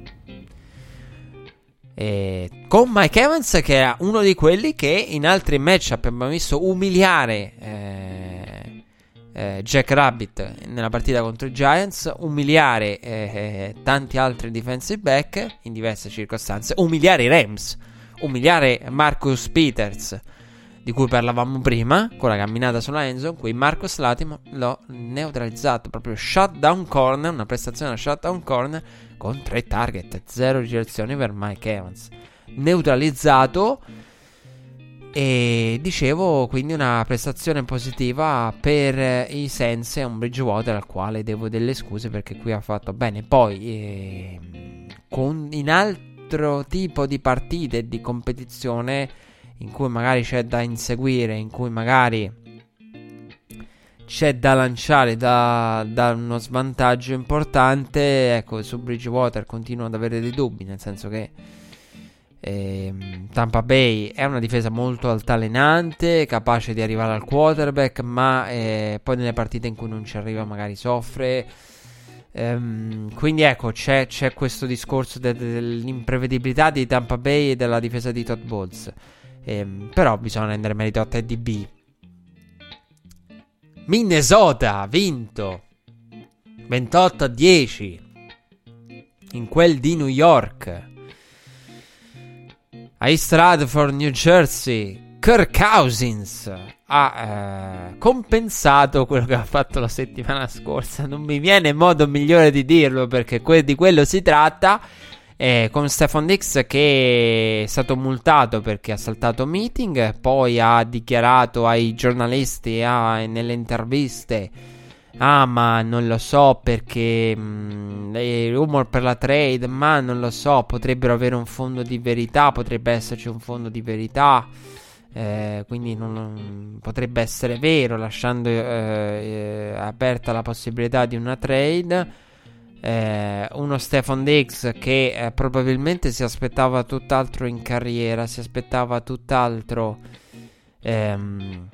E con Mike Evans che è uno di quelli che in altri matchup abbiamo visto umiliare eh, eh, Jack Rabbit nella partita contro i Giants, umiliare eh, tanti altri defensive back in diverse circostanze, umiliare i Rams, umiliare Marcus Peters, di cui parlavamo prima con la camminata sulla endzone. Qui Marcus Lattimore l'ho neutralizzato, proprio shutdown corner, una prestazione a shutdown corner con tre target, zero ricezioni per Mike Evans, neutralizzato. E dicevo, quindi una prestazione positiva per i Saints e un Bridgewater al quale devo delle scuse, perché qui ha fatto bene. Poi eh, con, in altro tipo di partite e di competizione in cui magari c'è da inseguire, in cui magari c'è da lanciare da, da uno svantaggio importante, ecco, su Bridgewater continuo ad avere dei dubbi, nel senso che ehm, Tampa Bay è una difesa molto altalenante, capace di arrivare al quarterback, ma eh, poi nelle partite in cui non ci arriva magari soffre. ehm, quindi ecco, c'è, c'è questo discorso de- de- dell'imprevedibilità di Tampa Bay e della difesa di Todd Bowles. ehm, però bisogna rendere merito a Teddy B. Minnesota ha vinto ventotto a dieci in quel di New York, a East Stratford, New Jersey. Kirk Cousins ha eh, compensato quello che ha fatto la settimana scorsa, non mi viene modo migliore di dirlo, perché que- di quello si tratta. Eh, con Stephon Diggs che è stato multato perché ha saltato meeting, poi ha dichiarato ai giornalisti ah, nelle interviste: ah, ma non lo so perché mh, i rumor per la trade, ma non lo so, potrebbero avere un fondo di verità, potrebbe esserci un fondo di verità, eh, quindi non, non potrebbe essere vero, lasciando eh, eh, aperta la possibilità di una trade. Eh, uno Stephon Diggs che eh, probabilmente si aspettava tutt'altro in carriera, si aspettava tutt'altro ehm,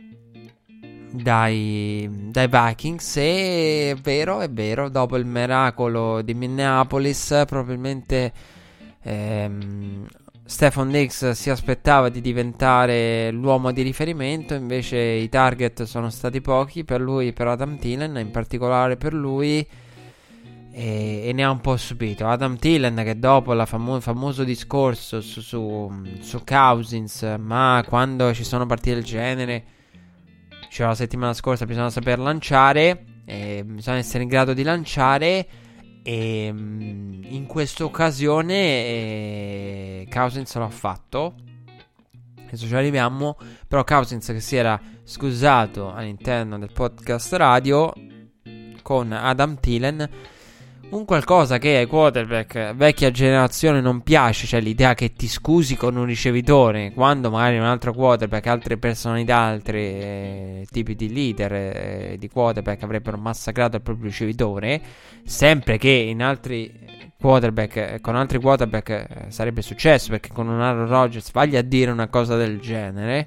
dai, dai Vikings. E è vero, è vero, dopo il miracolo di Minneapolis probabilmente ehm, Stefon Diggs si aspettava di diventare l'uomo di riferimento, invece i target sono stati pochi per lui e per Adam Thielen, in particolare per lui, e, e ne ha un po' subito. Adam Thielen, che dopo il famo- famoso discorso su, su, su Cousins, ma quando ci sono partite del genere, cioè la settimana scorsa, bisogna saper lanciare, eh, bisogna essere in grado di lanciare. E in questa occasione eh, Cousins l'ha fatto. Adesso ci arriviamo. Però Cousins, che si era scusato all'interno del podcast radio con Adam Thielen, un qualcosa che ai quarterback vecchia generazione non piace, cioè l'idea che ti scusi con un ricevitore quando magari un altro quarterback, altre personalità, altri eh, tipi di leader eh, di quarterback avrebbero massacrato il proprio ricevitore, sempre che in altri quarterback, eh, con altri quarterback eh, sarebbe successo, perché con un Aaron Rodgers vagli a dire una cosa del genere.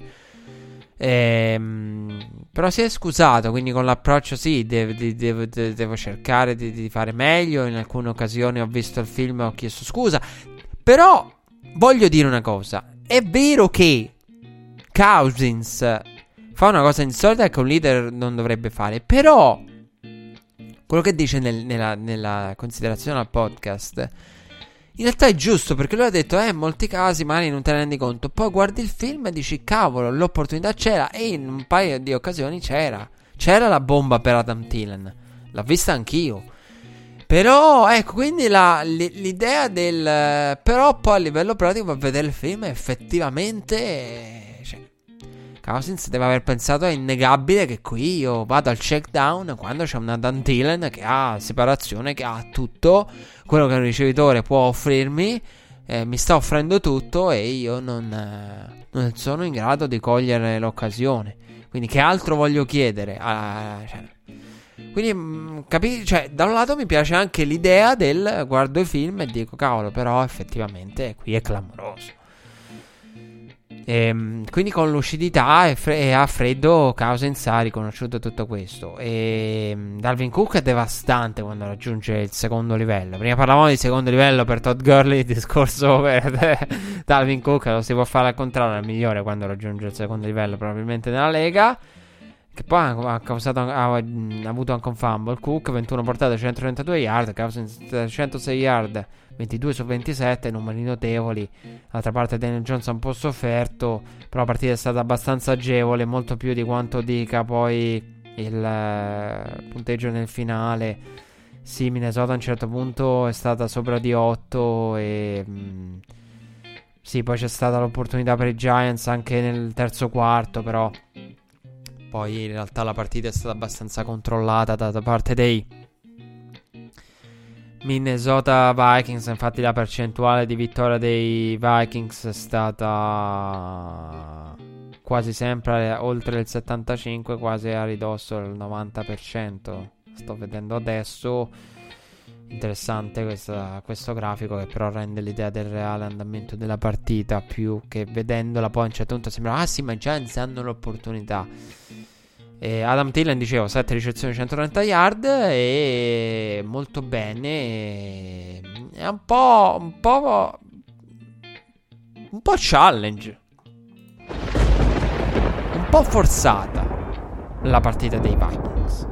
Ehm, però si è scusato, quindi con l'approccio sì, devo, devo, devo cercare di, di fare meglio. In alcune occasioni ho visto il film e ho chiesto scusa. Però voglio dire una cosa: è vero che Cousins fa una cosa insolita che un leader non dovrebbe fare, però quello che dice nel, nella, nella considerazione al podcast in realtà è giusto, perché lui ha detto eh, in molti casi magari non te ne rendi conto, poi guardi il film e dici cavolo, l'opportunità c'era, e in un paio di occasioni c'era c'era la bomba per Adam Thielen, l'ho vista anch'io. Però ecco, quindi la, l'idea del però poi a livello pratico a vedere il film effettivamente, cioè, Cousins deve aver pensato, è innegabile che qui io vado al check down quando c'è un Adam Thielen che ha separazione, che ha tutto quello che un ricevitore può offrirmi, eh, mi sta offrendo tutto e io non, eh, non sono in grado di cogliere l'occasione. Quindi che altro voglio chiedere? Ah, cioè, quindi mh, capi- cioè, da un lato mi piace anche l'idea del guardo i film e dico cavolo, però effettivamente qui è clamoroso. E, quindi con lucidità e, fre- e a freddo Cousins ha riconosciuto tutto questo. E Dalvin Cook è devastante quando raggiunge il secondo livello. Prima parlavamo di secondo livello per Todd Gurley, il discorso per Dalvin Cook lo si può fare al contrario, è il migliore quando raggiunge il secondo livello probabilmente nella Lega, che poi ha, causato, ha, ha avuto anche un fumble. Cook ventuno portate, centotrentadue yard, Cousins centosei yard, ventidue su ventisette, numeri notevoli. D'altra parte Daniel Jones ha un po' sofferto, però la partita è stata abbastanza agevole, molto più di quanto dica poi il uh, punteggio nel finale. Sì, Minnesota a un certo punto è stata sopra di otto e mh, sì, poi c'è stata l'opportunità per i Giants anche nel terzo quarto, però poi in realtà la partita è stata abbastanza controllata da, da parte dei Minnesota Vikings. Infatti la percentuale di vittoria dei Vikings è stata quasi sempre oltre il settantacinque, quasi a ridosso del novanta per cento. Sto vedendo adesso. Interessante questa, questo grafico, che però rende l'idea del reale andamento della partita, più che vedendola poi a un certo punto sembra ah sì, ma i Giants hanno l'opportunità. E Adam Thielen, dicevo, sette ricezioni, centotrenta yard e molto bene. È un po' un po' un po' challenge, un po' forzata la partita dei Vikings.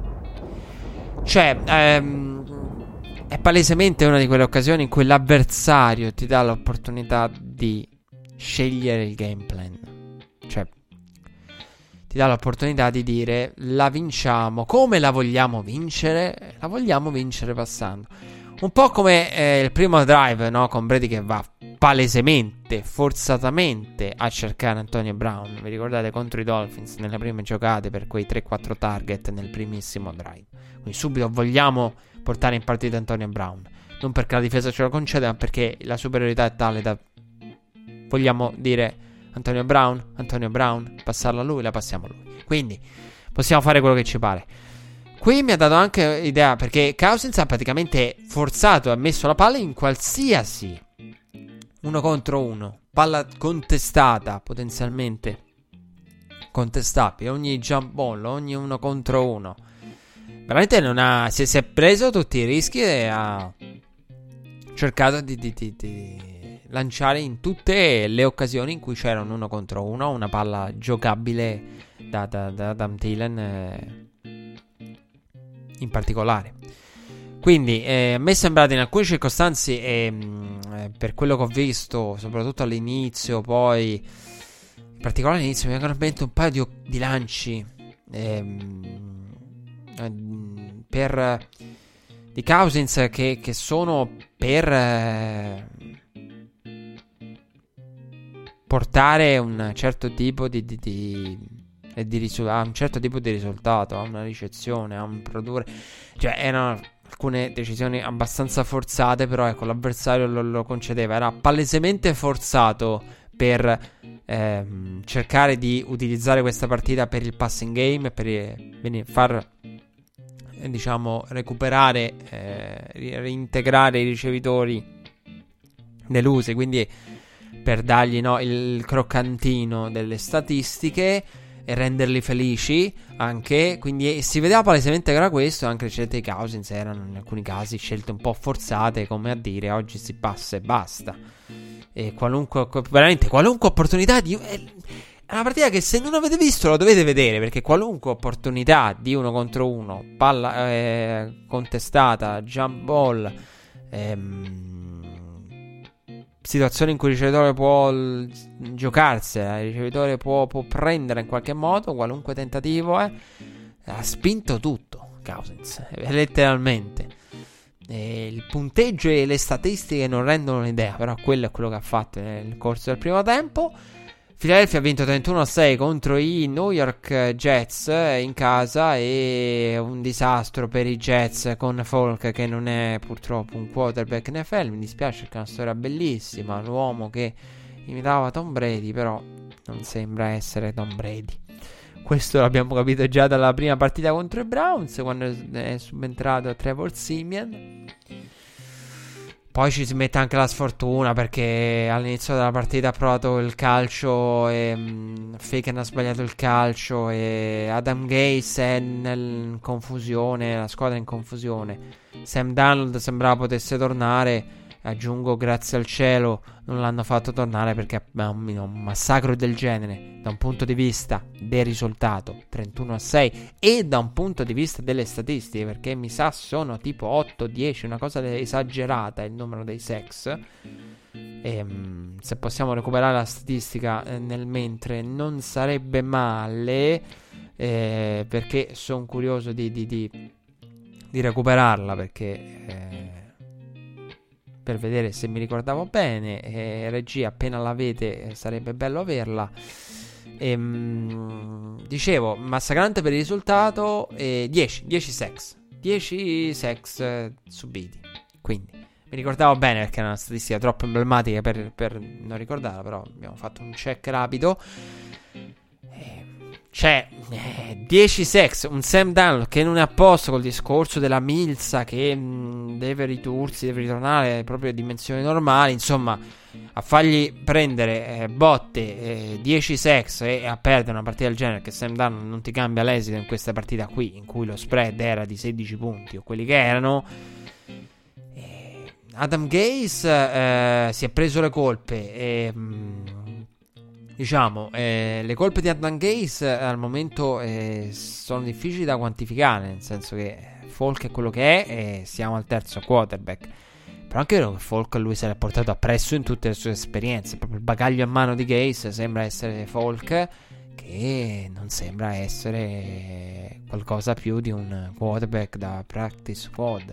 Cioè ehm, è palesemente una di quelle occasioni in cui l'avversario ti dà l'opportunità di scegliere il game plan. Cioè ti dà l'opportunità di dire la vinciamo. Come la vogliamo vincere? La vogliamo vincere passando. Un po' come eh, il primo drive, no? Con Brady che va palesemente, forzatamente a cercare Antonio Brown. Vi ricordate contro i Dolphins nelle prime giocate per quei tre quattro target nel primissimo drive. Quindi subito vogliamo portare in partita Antonio Brown. Non perché la difesa ce lo concede, ma perché la superiorità è tale da vogliamo dire Antonio Brown, Antonio Brown, passarla a lui, la passiamo a lui. Quindi possiamo fare quello che ci pare. Qui mi ha dato anche idea, perché Cousins ha praticamente forzato, ha messo la palla in qualsiasi uno contro uno, palla contestata, potenzialmente contestabile, ogni jump ball, ogni uno contro uno. Veramente non ha, si, si è preso tutti i rischi e ha cercato di, di, di, di lanciare in tutte le occasioni in cui c'era un uno contro uno, una palla giocabile da, da, da Adam Thielen eh, in particolare. Quindi eh, a me è sembrato in alcune circostanze, eh, per quello che ho visto, soprattutto all'inizio, poi in particolare all'inizio mi vengono in mente un paio di, di lanci ehm, eh, per di Cousins che, che sono per eh, portare un certo tipo di, di, di, di risu- a un certo tipo di risultato, a una ricezione, a un produrre, cioè erano alcune decisioni abbastanza forzate, però ecco, l'avversario lo, lo concedeva, era palesemente forzato per ehm, cercare di utilizzare questa partita per il passing game, per eh, far eh, diciamo recuperare, eh, reintegrare i ricevitori delusi, quindi per dargli, no, il croccantino delle statistiche e renderli felici anche, quindi si vedeva palesemente che era questo. Anche le scelte di Cousins erano in alcuni casi scelte un po' forzate, come a dire oggi si passa e basta, e qualunque, veramente qualunque opportunità di, è una partita che se non avete visto lo dovete vedere, perché qualunque opportunità di uno contro uno, palla eh, contestata, jump ball, ehm situazione in cui il ricevitore può l- giocarsela, il ricevitore può, può prendere in qualche modo, qualunque tentativo è, ha spinto tutto Cousins, letteralmente. E il punteggio e le statistiche non rendono un'idea, però quello è quello che ha fatto nel corso del primo tempo. Philadelphia ha vinto trentuno a sei contro i New York Jets in casa, e un disastro per i Jets con Falk che non è purtroppo un quarterback N F L. Mi dispiace perché è una storia bellissima, l'uomo che imitava Tom Brady, però non sembra essere Tom Brady. Questo l'abbiamo capito già dalla prima partita contro i Browns, quando è subentrato Trevor Siemian. Poi ci si mette anche la sfortuna, perché all'inizio della partita ha provato il calcio e um, Faken ha sbagliato il calcio e Adam Gase è in confusione, la squadra è in confusione. Sam Darnold sembrava potesse tornare, aggiungo grazie al cielo non l'hanno fatto tornare, perché un, un massacro del genere da un punto di vista del risultato trentuno a sei e da un punto di vista delle statistiche, perché mi sa sono tipo otto dieci, una cosa esagerata il numero dei sacks. E, um, se possiamo recuperare la statistica eh, nel mentre non sarebbe male, eh, perché sono curioso di, di, di, di recuperarla, perché eh, per vedere se mi ricordavo bene, eh, regia appena l'avete eh, sarebbe bello averla. Ehm, dicevo, massacrante per il risultato, eh, dieci, dieci sacks dieci sacks eh, subiti, quindi mi ricordavo bene perché era una statistica troppo emblematica per, per non ricordarla, però abbiamo fatto un check rapido. C'è eh, dieci sacks, un Sam Darnold che non è a posto col discorso della milza, che mh, deve ritursi, deve ritornare proprio a dimensioni normali, insomma, a fargli prendere eh, botte, eh, dieci sacks e a perdere una partita del genere, che Sam Darnold non ti cambia l'esito in questa partita qui, in cui lo spread era di sedici punti o quelli che erano. eh, Adam Gase eh, si è preso le colpe e... Mh, Diciamo, eh, le colpe di Adam Gase eh, al momento eh, sono difficili da quantificare, nel senso che Falk è quello che è e siamo al terzo quarterback. Però anche vero che Falk lui se l'è portato appresso in tutte le sue esperienze. Proprio il bagaglio a mano di Gase sembra essere Falk, che non sembra essere qualcosa più di un quarterback da practice squad,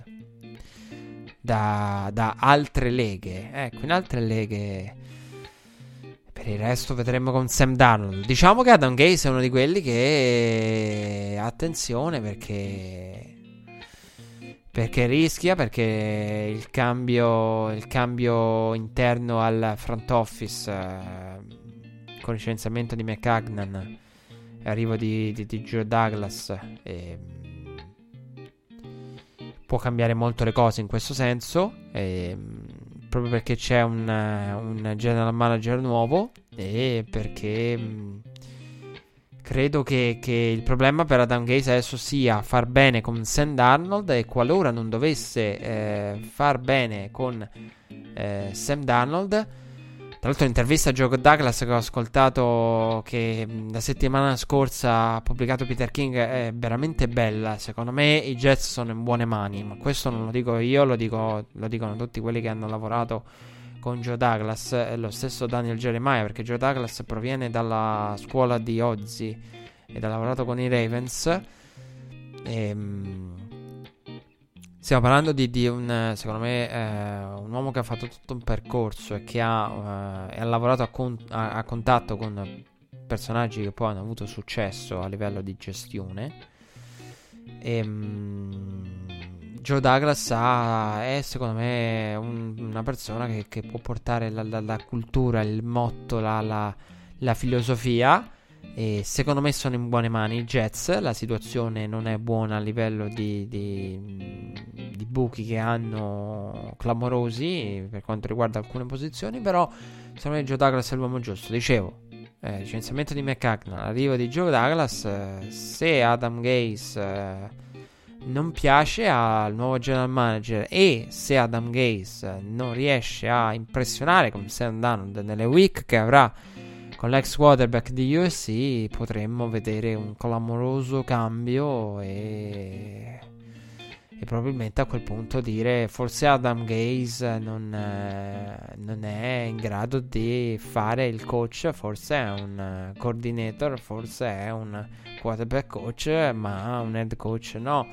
da, da altre leghe. Ecco, in altre leghe. Per il resto vedremo con Sam Darnold. Diciamo che Adam Gase è uno di quelli che attenzione, perché perché rischia, perché il cambio il cambio interno al front office eh, con il licenziamento di McCagnan, arrivo di, di, di Joe Douglas, eh, può cambiare molto le cose in questo senso, eh, proprio perché c'è un, un general manager nuovo e perché mh, credo che, che il problema per Adam Gase adesso sia far bene con Sam Darnold, e qualora non dovesse eh, far bene con eh, Sam Darnold Tra l'altro l'intervista a Joe Douglas che ho ascoltato, che la settimana scorsa ha pubblicato Peter King, è veramente bella. Secondo me i Jets sono in buone mani, ma questo non lo dico io, lo, dico, lo dicono tutti quelli che hanno lavorato con Joe Douglas, e lo stesso Daniel Jeremiah, perché Joe Douglas proviene dalla scuola di Ozzie ed ha lavorato con i Ravens. E, stiamo parlando di, di un, secondo me, eh, un uomo che ha fatto tutto un percorso e che ha, eh, ha lavorato a, con, a, a contatto con personaggi che poi hanno avuto successo a livello di gestione. E, um, Joe Douglas ha, è secondo me un, una persona che, che può portare la, la, la cultura, il motto, la, la, la filosofia. E secondo me sono in buone mani i Jets. La situazione non è buona a livello di, di, di buchi che hanno clamorosi per quanto riguarda alcune posizioni, però secondo me Joe Douglas è l'uomo giusto. Dicevo, eh, licenziamento di McCagnall, arrivo di Joe Douglas, eh, se Adam Gase eh, non piace al nuovo general manager e se Adam Gase non riesce a impressionare come sta andando nelle week che avrà con l'ex quarterback di U S C, potremmo vedere un clamoroso cambio e, e probabilmente a quel punto dire forse Adam Gase non, eh, non è in grado di fare il coach, forse è un coordinator, forse è un quarterback coach, ma un head coach no.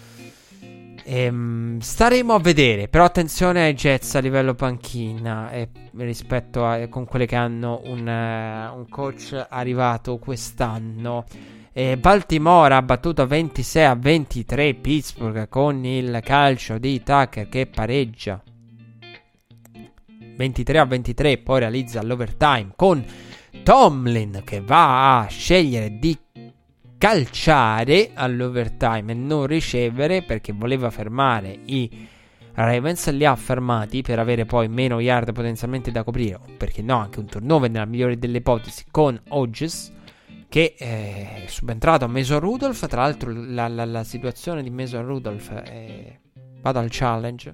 Ehm, staremo a vedere, però attenzione ai Jets a livello panchina e rispetto a con quelle che hanno un, uh, un coach arrivato quest'anno. E Baltimore ha battuto ventisei a ventitré Pittsburgh con il calcio di Tucker che pareggia ventitré a ventitré, poi realizza l'overtime con Tomlin che va a scegliere di calciare all'overtime e non ricevere perché voleva fermare i Ravens. Li ha fermati per avere poi meno yard potenzialmente da coprire, o perché no anche un turnover nella migliore delle ipotesi con Hodges che è subentrato a Mason Rudolph. Tra l'altro la, la, la situazione di Mason Rudolph è... vado al challenge.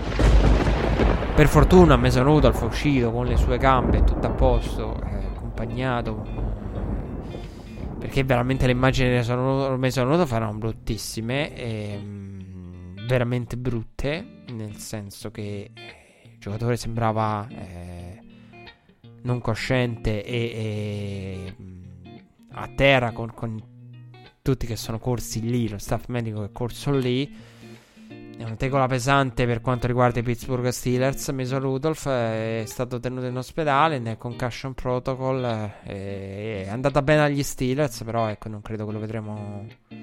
Per fortuna Mason Rudolph è uscito con le sue gambe tutto a posto, eh, accompagnato, perché veramente le immagini di Mason Rudolph erano bruttissime, e, mh, veramente brutte, nel senso che il giocatore sembrava eh, non cosciente e, e mh, a terra con, con tutti che sono corsi lì, lo staff medico che è corso lì. È una tegola pesante per quanto riguarda i Pittsburgh Steelers. Mason Rudolph è stato tenuto in ospedale nel concussion protocol, è andata bene agli Steelers, però ecco non credo che lo vedremo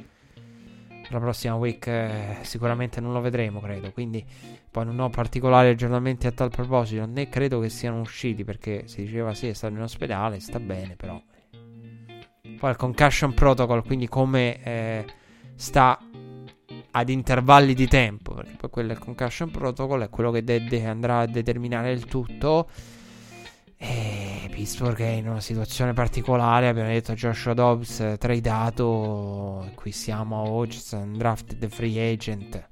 la prossima week, sicuramente non lo vedremo credo, quindi poi non ho particolari aggiornamenti a tal proposito, né credo che siano usciti perché si diceva sì è stato in ospedale, sta bene, però poi il concussion protocol, quindi come eh, sta ad intervalli di tempo, perché poi quello è il concussion protocol, è quello che de- de- andrà a determinare il tutto. E Pittsburgh è in una situazione particolare, abbiamo detto Joshua Dobbs eh, tradato, qui siamo a Hodges, undrafted free agent,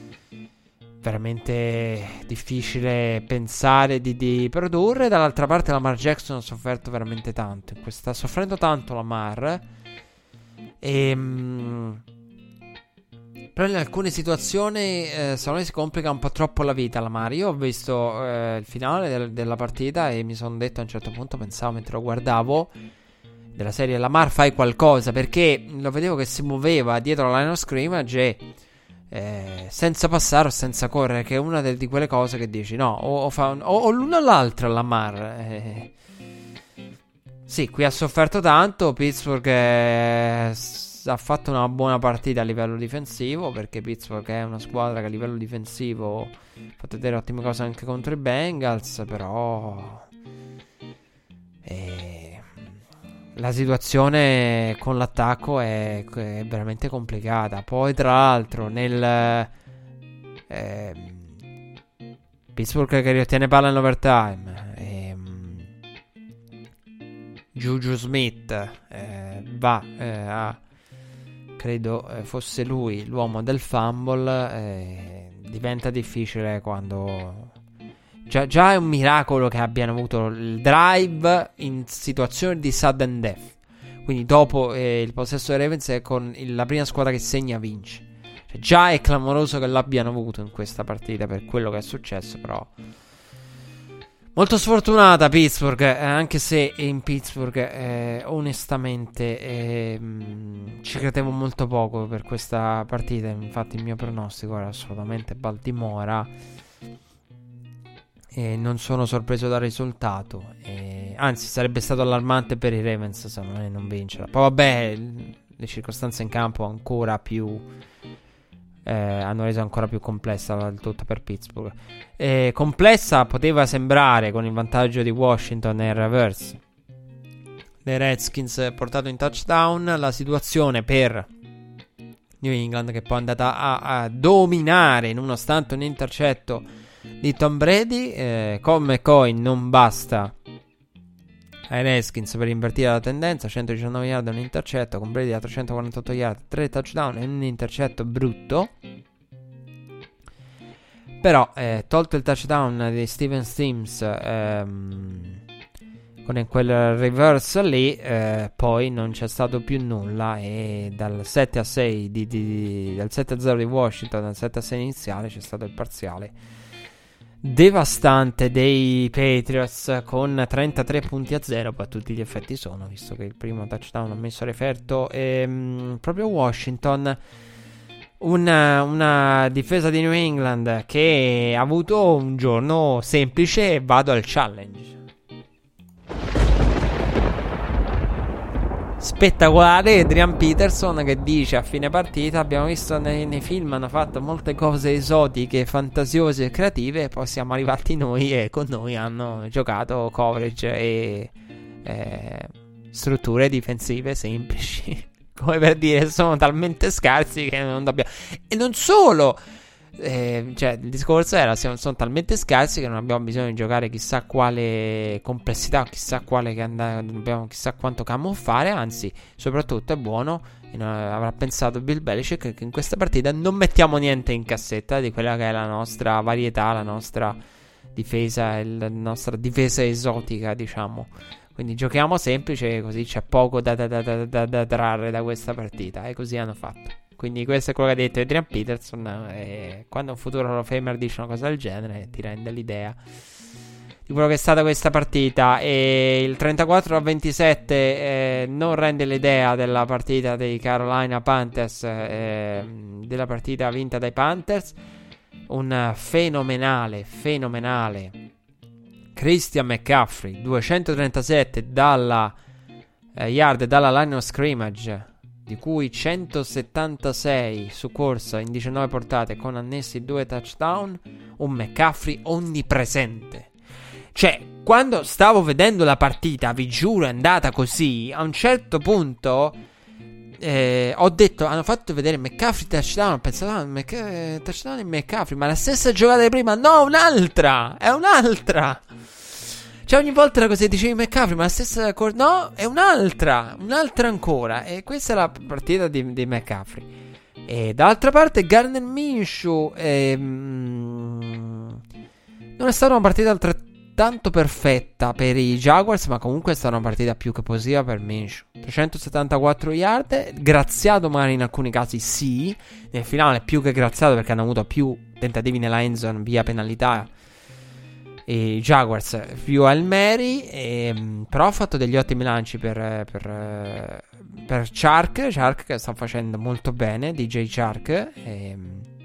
veramente difficile pensare di, di produrre. Dall'altra parte Lamar Jackson ha sofferto veramente tanto, sta soffrendo tanto Lamar e mh, però in alcune situazioni eh, secondo me si complica un po' troppo la vita Lamar. Io ho visto eh, il finale del, della partita e mi sono detto a un certo punto, pensavo mentre lo guardavo, della serie Lamar fai qualcosa, perché lo vedevo che si muoveva dietro la line of scrimmage e eh, senza passare o senza correre, che è una de- di quelle cose che dici no, o, o, fa un, o, o l'uno o l'altro Lamar. eh. Sì, qui ha sofferto tanto. Pittsburgh è... ha fatto una buona partita a livello difensivo, perché Pittsburgh è una squadra che a livello difensivo ha fatto vedere ottime cose anche contro i Bengals, però eh, la situazione con l'attacco è, è veramente complicata. Poi tra l'altro nel eh, Pittsburgh che riottiene palla in overtime, eh, Juju Smith eh, va eh, a credo eh, fosse lui l'uomo del fumble, eh, diventa difficile quando Già, già è un miracolo che abbiano avuto il drive in situazione di sudden death. Quindi dopo eh, il possesso dei Ravens con il, la prima squadra che segna vince. Cioè, già è clamoroso che l'abbiano avuto in questa partita per quello che è successo, però molto sfortunata Pittsburgh, eh, anche se in Pittsburgh eh, onestamente eh, mh, ci credevo molto poco per questa partita. Infatti il mio pronostico era assolutamente Baltimora e non sono sorpreso dal risultato, e, anzi sarebbe stato allarmante per i Ravens se non, non vincere. Poi vabbè, le circostanze in campo ancora più eh, hanno reso ancora più complessa il tutto per Pittsburgh. Eh, complessa poteva sembrare con il vantaggio di Washington nel reverse dei Redskins portato in touchdown la situazione per New England, che poi è andata a, a dominare nonostante un intercetto di Tom Brady. eh, con McCoy non basta ai Redskins per invertire la tendenza. centodiciannove yard e un intercetto, con Brady a trecentoquarantotto yard, tre touchdown e un intercetto brutto. Però eh, tolto il touchdown di Steven Sims ehm, con quel reverse lì, eh, poi non c'è stato più nulla, e dal sette a sei di, di, di, dal sette a zero di Washington al sette a sei iniziale c'è stato il parziale devastante dei Patriots con trentatré punti a zero. Poi a tutti gli effetti sono, visto che il primo touchdown ha messo a referto ehm, proprio Washington. Una, una difesa di New England che ha avuto un giorno semplice. Vado al challenge. Spettacolare Adrian Peterson che dice a fine partita: abbiamo visto nei, nei film hanno fatto molte cose esotiche, fantasiose e creative, e poi siamo arrivati noi e con noi hanno giocato coverage e eh, strutture difensive semplici. Come per dire, sono talmente scarsi che non dobbiamo. E non solo, eh, cioè il discorso era: siamo, sono talmente scarsi che non abbiamo bisogno di giocare chissà quale complessità, chissà quale che andare, dobbiamo chissà quanto camuffare. Anzi, soprattutto è buono, eh, avrà pensato Bill Belichick, che in questa partita non mettiamo niente in cassetta di quella che è la nostra varietà, la nostra difesa, la nostra difesa esotica, diciamo. Quindi giochiamo semplice, così c'è poco da, da, da, da, da trarre da questa partita, e così hanno fatto. Quindi questo è quello che ha detto Adrian Peterson, e quando un futuro Hall of Famer dice una cosa del genere ti rende l'idea di quello che è stata questa partita. E il trentaquattro a ventisette eh, non rende l'idea della partita dei Carolina Panthers, eh, della partita vinta dai Panthers. Un fenomenale, fenomenale Christian McCaffrey, duecentotrentasette dalla eh, yard dalla line of scrimmage, di cui centosettantasei su corsa in diciannove portate con annessi due touchdown. Un McCaffrey onnipresente. Cioè, quando stavo vedendo la partita, vi giuro, è andata così. A un certo punto eh, ho detto, hanno fatto vedere McCaffrey touchdown. Ho pensato, ah, Mc- touchdown di McCaffrey, ma la stessa giocata di prima? No, un'altra, è un'altra. Cioè ogni volta era così, dicevi McCaffrey, ma la stessa cor- no, è un'altra, un'altra ancora. E questa è la partita di, di McCaffrey. E d'altra parte Gardner Minshew ehm, non è stata una partita altrettanto perfetta per i Jaguars, ma comunque è stata una partita più che positiva per Minshew. trecentosettantaquattro yard, graziato magari in alcuni casi sì, nel finale più che graziato perché hanno avuto più tentativi nella end zone via penalità i Jaguars, più Hail Mary, e, però ha fatto degli ottimi lanci per, per, per Chark Chark che sta facendo molto bene, D J Chark, e,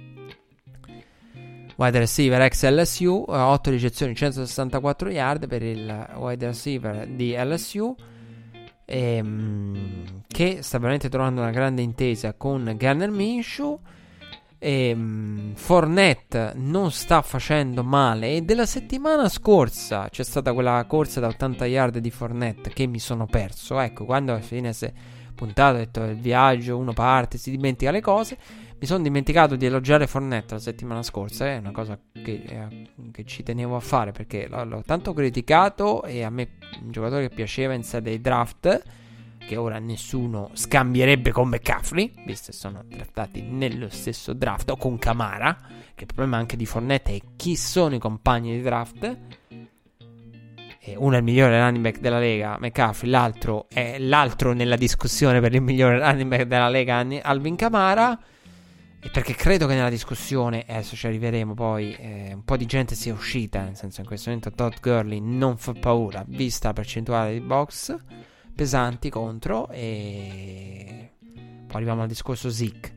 wide receiver ex L S U, otto ricezioni, centosessantaquattro yard per il wide receiver di L S U, e, che sta veramente trovando una grande intesa con Gardner Minshew. E um, Fournette non sta facendo male, e della settimana scorsa c'è stata quella corsa da ottanta yard di Fournette che mi sono perso. Ecco, quando a fine se puntata ho detto il viaggio, uno parte, si dimentica le cose, mi sono dimenticato di elogiare Fournette la settimana scorsa. È una cosa che, eh, che ci tenevo a fare, perché l'ho, l'ho tanto criticato, e a me un giocatore che piaceva in sede di draft che ora nessuno scambierebbe con McCaffrey, visto che sono draftati nello stesso draft, o con Kamara, che il problema anche di Fournette è chi sono i compagni di draft. E uno è il migliore running back della Lega, McCaffrey, l'altro è l'altro nella discussione per il migliore running back della Lega, Alvin Kamara. E perché credo che nella discussione, e adesso ci arriveremo poi, eh, un po' di gente sia uscita, nel senso in questo momento Todd Gurley non fa paura, vista la percentuale di box pesanti contro, e poi arriviamo al discorso Zeke.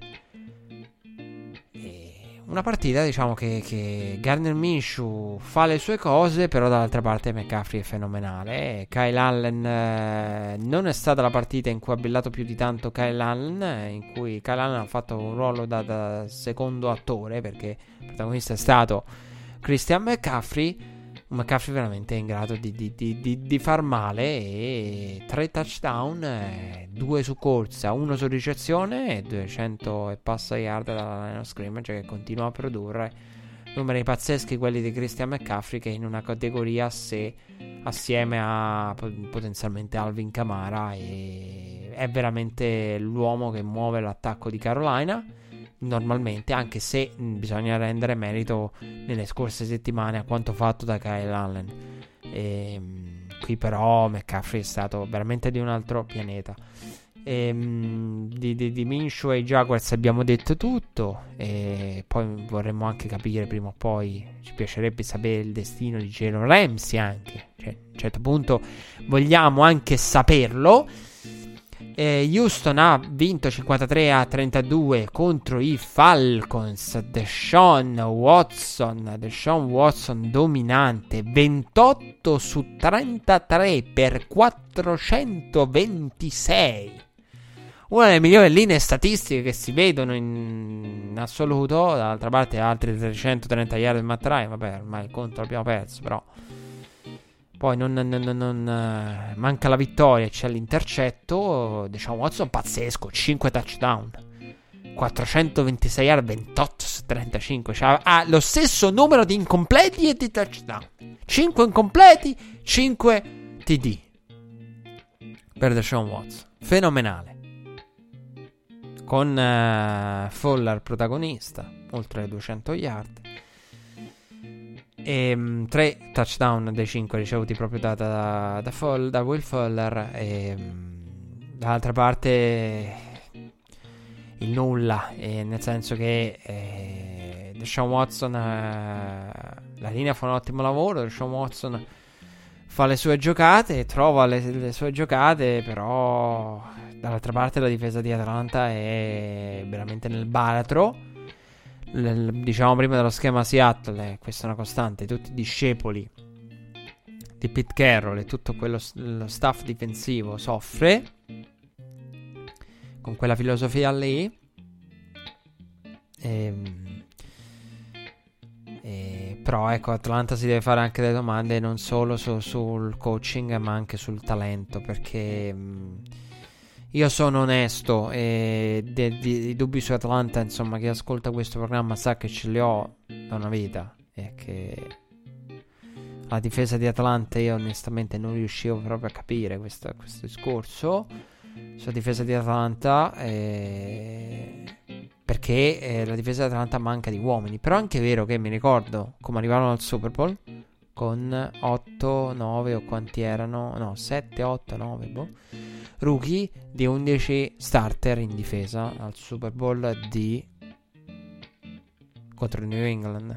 E una partita, diciamo, che, che Gardner Minshew fa le sue cose, però dall'altra parte McCaffrey è fenomenale. Kyle Allen, eh, non è stata la partita in cui ha brillato più di tanto Kyle Allen, eh, in cui Kyle Allen ha fatto un ruolo da, da secondo attore, perché il protagonista è stato Christian McCaffrey. Un McCaffrey veramente in grado di, di, di, di, di far male, e tre touchdown, eh, due su corsa, uno su ricezione e duecento e passa yard dalla line of scrimmage, che continua a produrre numeri pazzeschi, quelli di Christian McCaffrey, che in una categoria a sé, assieme a potenzialmente Alvin Kamara, e è veramente l'uomo che muove l'attacco di Carolina normalmente, anche se mh, bisogna rendere merito nelle scorse settimane a quanto fatto da Kyle Allen. E, mh, qui però McCaffrey è stato veramente di un altro pianeta. E, mh, di, di, di Minshew e Jaguars abbiamo detto tutto, e poi vorremmo anche capire prima o poi, ci piacerebbe sapere il destino di Jalen Ramsey anche, cioè, a un certo punto vogliamo anche saperlo. Eh, Houston ha vinto cinquantatré a trentadue contro i Falcons. Deshaun Watson Deshaun Watson dominante, ventotto su trentatré per quattrocentoventisei, una delle migliori linee statistiche che si vedono in, in assoluto. Dall'altra parte altri trecentotrenta yard di Matt Ryan, vabbè, ormai il conto l'abbiamo perso, però poi non, non, non, non uh, manca la vittoria e c'è l'intercetto. Diciamo Watson pazzesco, cinque touchdown, quattrocentoventisei yard, ventotto su trentacinque, cioè, ha lo stesso numero di incompleti e di touchdown, cinque incompleti, cinque T D per Deshaun Watson, fenomenale, con uh, Fuller protagonista, oltre duecento yard. E um, tre touchdown dei cinque ricevuti proprio da, da, da, Full, da Will Fuller. E um, dall'altra parte il nulla, e nel senso che eh, Deshaun Watson, eh, la linea fa un ottimo lavoro. Deshaun Watson fa le sue giocate, trova le, le sue giocate, però dall'altra parte la difesa di Atlanta è veramente nel baratro. L- diciamo prima dello schema Seattle, eh, questa è una costante, tutti i discepoli di Pete Carroll e tutto quello lo staff difensivo soffre con quella filosofia lì. E, e, però ecco, Atlanta si deve fare anche delle domande, non solo su, sul coaching ma anche sul talento, perché mh, io sono onesto, e i dubbi su Atlanta, insomma, chi ascolta questo programma sa che ce li ho da una vita, e che la difesa di Atlanta io onestamente non riuscivo proprio a capire questo, questo discorso sulla difesa di Atlanta, eh, perché eh, la difesa di Atlanta manca di uomini. Però è anche vero che mi ricordo come arrivarono al Super Bowl con otto, nove o quanti erano, no, sette, otto, nove, boh, rookie di undici starter in difesa al Super Bowl di contro il New England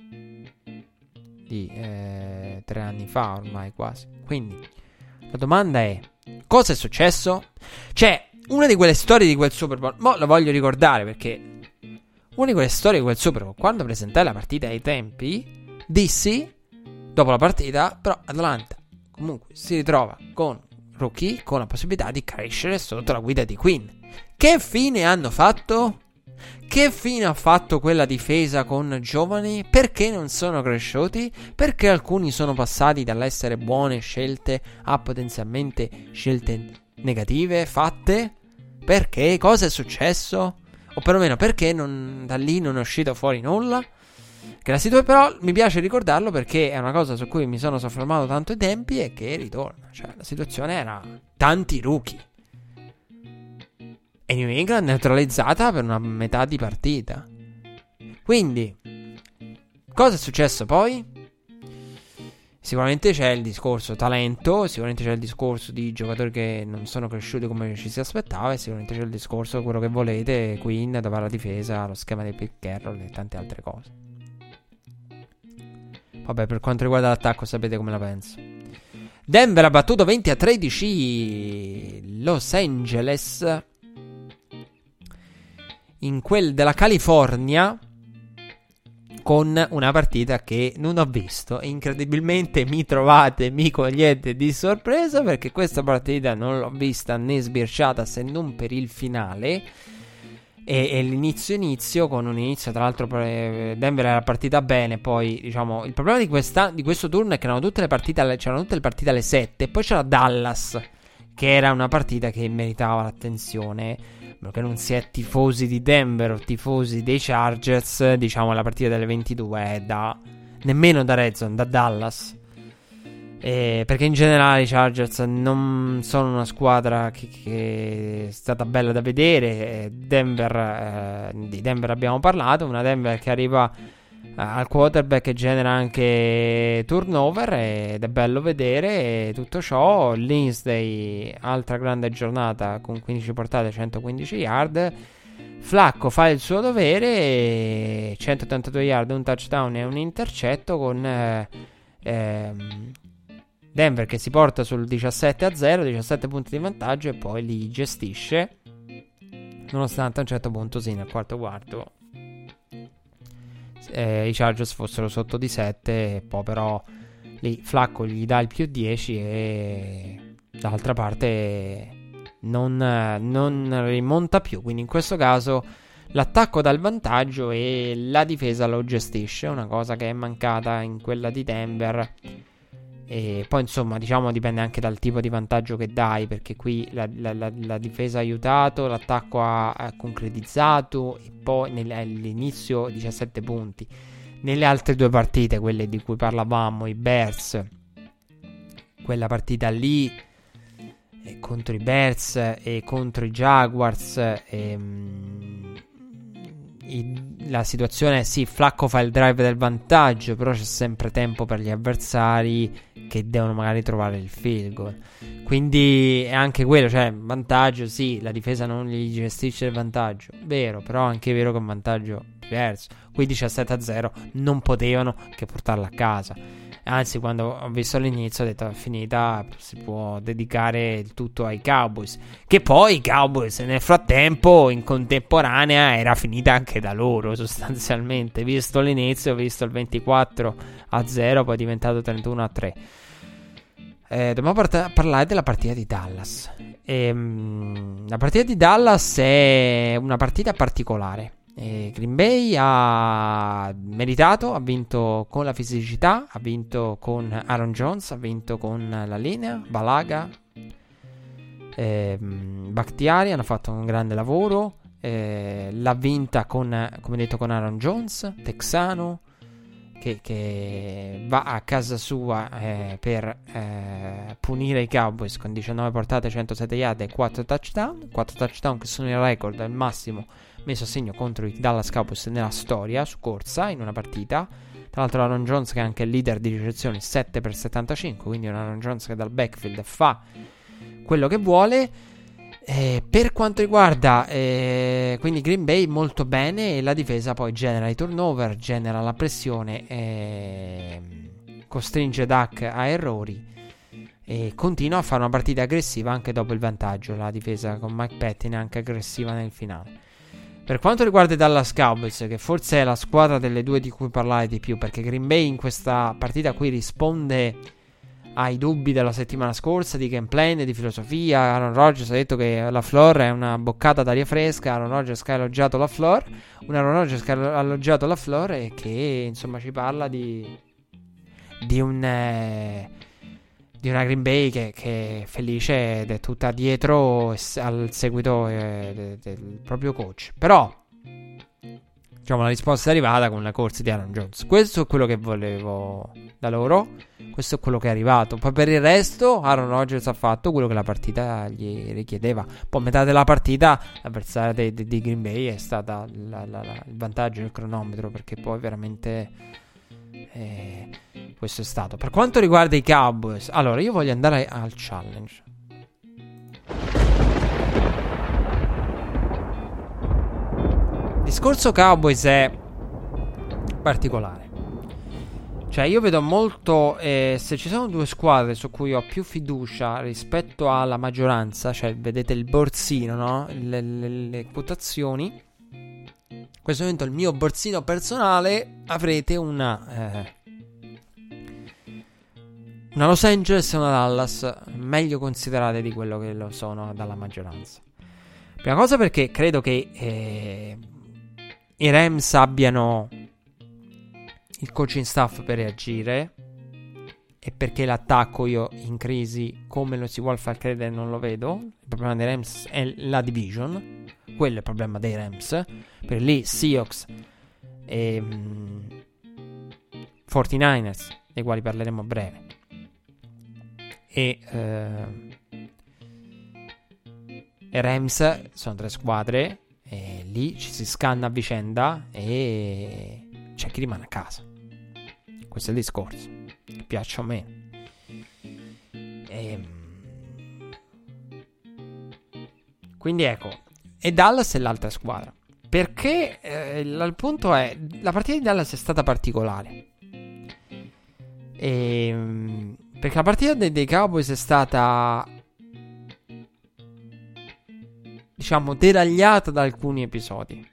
di eh, tre anni fa ormai quasi. Quindi la domanda è: cosa è successo? C'è una di quelle storie di quel Super Bowl, mo la voglio ricordare perché una di quelle storie di quel Super Bowl, quando presentai la partita ai tempi, dissi dopo la partita, però Atlanta comunque si ritrova con rookie con la possibilità di crescere sotto la guida di Quinn. Che fine hanno fatto? Che fine ha fatto quella difesa con giovani? Perché non sono cresciuti? Perché alcuni sono passati dall'essere buone scelte a potenzialmente scelte negative fatte? Perché? Cosa è successo? O perlomeno perché non, da lì non è uscito fuori nulla? Che la situazione, però mi piace ricordarlo perché è una cosa su cui mi sono soffermato tanto ai tempi e che ritorna. Cioè la situazione era tanti rookie, e New England neutralizzata per una metà di partita. Quindi cosa è successo poi? Sicuramente c'è il discorso talento, sicuramente c'è il discorso di giocatori che non sono cresciuti come ci si aspettava, e sicuramente c'è il discorso quello che volete, Quinn dove la difesa, lo schema dei pick Carroll e tante altre cose. Vabbè, per quanto riguarda l'attacco sapete come la penso. Denver ha battuto venti a tredici Los Angeles in quel della California, con una partita che non ho visto, e incredibilmente mi trovate, mi cogliete di sorpresa, perché questa partita non l'ho vista né sbirciata se non per il finale e, e l'inizio inizio con un inizio, tra l'altro Denver era partita bene, poi diciamo il problema di, questa, di questo turno è che erano tutte le partite alle, c'erano tutte le partite alle sette, e poi c'era Dallas che era una partita che meritava l'attenzione. Perché non si è tifosi di Denver o tifosi dei Chargers, diciamo la partita delle ventidue è da nemmeno da Red Zone, da Dallas, e perché in generale i Chargers non sono una squadra che, che è stata bella da vedere. Denver, eh, di Denver abbiamo parlato, una Denver che arriva al quarterback e genera anche turnover, ed è bello vedere tutto ciò. Lindsay, altra grande giornata con quindici portate, centoquindici yard. Flacco fa il suo dovere, centottantadue yard, un touchdown e un intercetto, con eh, ehm, Denver che si porta sul diciassette a zero, diciassette punti di vantaggio, e poi li gestisce, nonostante a un certo punto sì, nel quarto quarto Eh, i Chargers fossero sotto di sette, e poi però lì Flacco gli dà il più dieci e dall'altra parte non, non rimonta più. Quindi in questo caso l'attacco dà il vantaggio e la difesa lo gestisce, una cosa che è mancata in quella di Denver. E poi insomma diciamo dipende anche dal tipo di vantaggio che dai, perché qui la, la, la, la difesa ha aiutato, l'attacco ha, ha concretizzato, e poi all'inizio diciassette punti. Nelle altre due partite, quelle di cui parlavamo, i Bears, quella partita lì eh, contro i Bears e contro i Jaguars, ehm, i, la situazione è sì, Flacco fa il drive del vantaggio, però c'è sempre tempo per gli avversari che devono magari trovare il field goal. Quindi è anche quello, cioè vantaggio sì, la difesa non gli gestisce il vantaggio, vero, però anche è vero che è un vantaggio diverso. Qui diciassette a zero non potevano che portarla a casa. Anzi, quando ho visto l'inizio ho detto è finita, si può dedicare il tutto ai Cowboys, che poi i Cowboys nel frattempo in contemporanea era finita anche da loro sostanzialmente, visto l'inizio, visto il ventiquattro a zero, poi è diventato trentuno a tre. Eh, dobbiamo part- parlare della partita di Dallas. Ehm, la partita di Dallas è una partita particolare. Eh, Green Bay ha meritato, ha vinto con la fisicità, ha vinto con Aaron Jones, ha vinto con la linea, Balaga, ehm, Bakhtiari hanno fatto un grande lavoro. Eh, l'ha vinta con, come detto, con Aaron Jones, texano, che, che va a casa sua eh, per eh, punire i Cowboys con diciannove portate, centosette yard e quattro touchdown. quattro touchdown che sono il record, il massimo messo a segno contro i Dallas Cowboys nella storia su corsa in una partita. Tra l'altro Aaron Jones che è anche il leader di ricezioni, sette per settantacinque, quindi un Aaron Jones che dal backfield fa quello che vuole. Eh, per quanto riguarda eh, quindi Green Bay molto bene, e la difesa poi genera i turnover, genera la pressione, eh, costringe Dak a errori e continua a fare una partita aggressiva anche dopo il vantaggio. La difesa con Mike Patton è anche aggressiva nel finale. Per quanto riguarda i Dallas Cowboys, che forse è la squadra delle due di cui parlare di più, perché Green Bay in questa partita qui risponde ai dubbi della settimana scorsa di game plan e di filosofia. Aaron Rodgers ha detto che la Floor è una boccata d'aria fresca. Aaron Rodgers che ha elogiato la Floor, un Aaron Rodgers che ha elogiato la Floor e che insomma ci parla di di un eh, di una Green Bay che, che è felice ed è tutta dietro al seguito eh, de, del proprio coach. Però c'è diciamo la risposta è arrivata con la corsa di Aaron Jones. Questo è quello che volevo da loro, questo è quello che è arrivato. Poi per il resto Aaron Rodgers ha fatto quello che la partita gli richiedeva. Poi a metà della partita l'avversario di, di, di Green Bay è stata la, la, la, il vantaggio del cronometro, perché poi veramente eh, questo è stato. Per quanto riguarda i Cowboys, allora io voglio andare al challenge. Il discorso Cowboys è particolare. Cioè io vedo molto eh, se ci sono due squadre su cui ho più fiducia rispetto alla maggioranza, cioè vedete il borsino, no? Le, le, le quotazioni. In questo momento il mio borsino personale, avrete una eh, una Los Angeles e una Dallas meglio considerate di quello che lo sono dalla maggioranza. Prima cosa perché credo che eh, i Rams abbiano il coaching staff per reagire, e perché l'attacco io in crisi, come lo si vuol far credere, non lo vedo. Il problema dei Rams è la division, quello è il problema dei Rams. Per lì Seahawks e um, quarantanovers, dei quali parleremo a breve, e uh, e Rams sono tre squadre, e lì ci si scanna a vicenda e c'è chi rimane a casa. Questo è il discorso, che piaccia o meno. E, quindi ecco, e Dallas è l'altra squadra. Perché eh, il punto è, la partita di Dallas è stata particolare. E, perché la partita dei, dei Cowboys è stata, diciamo, deragliata da alcuni episodi.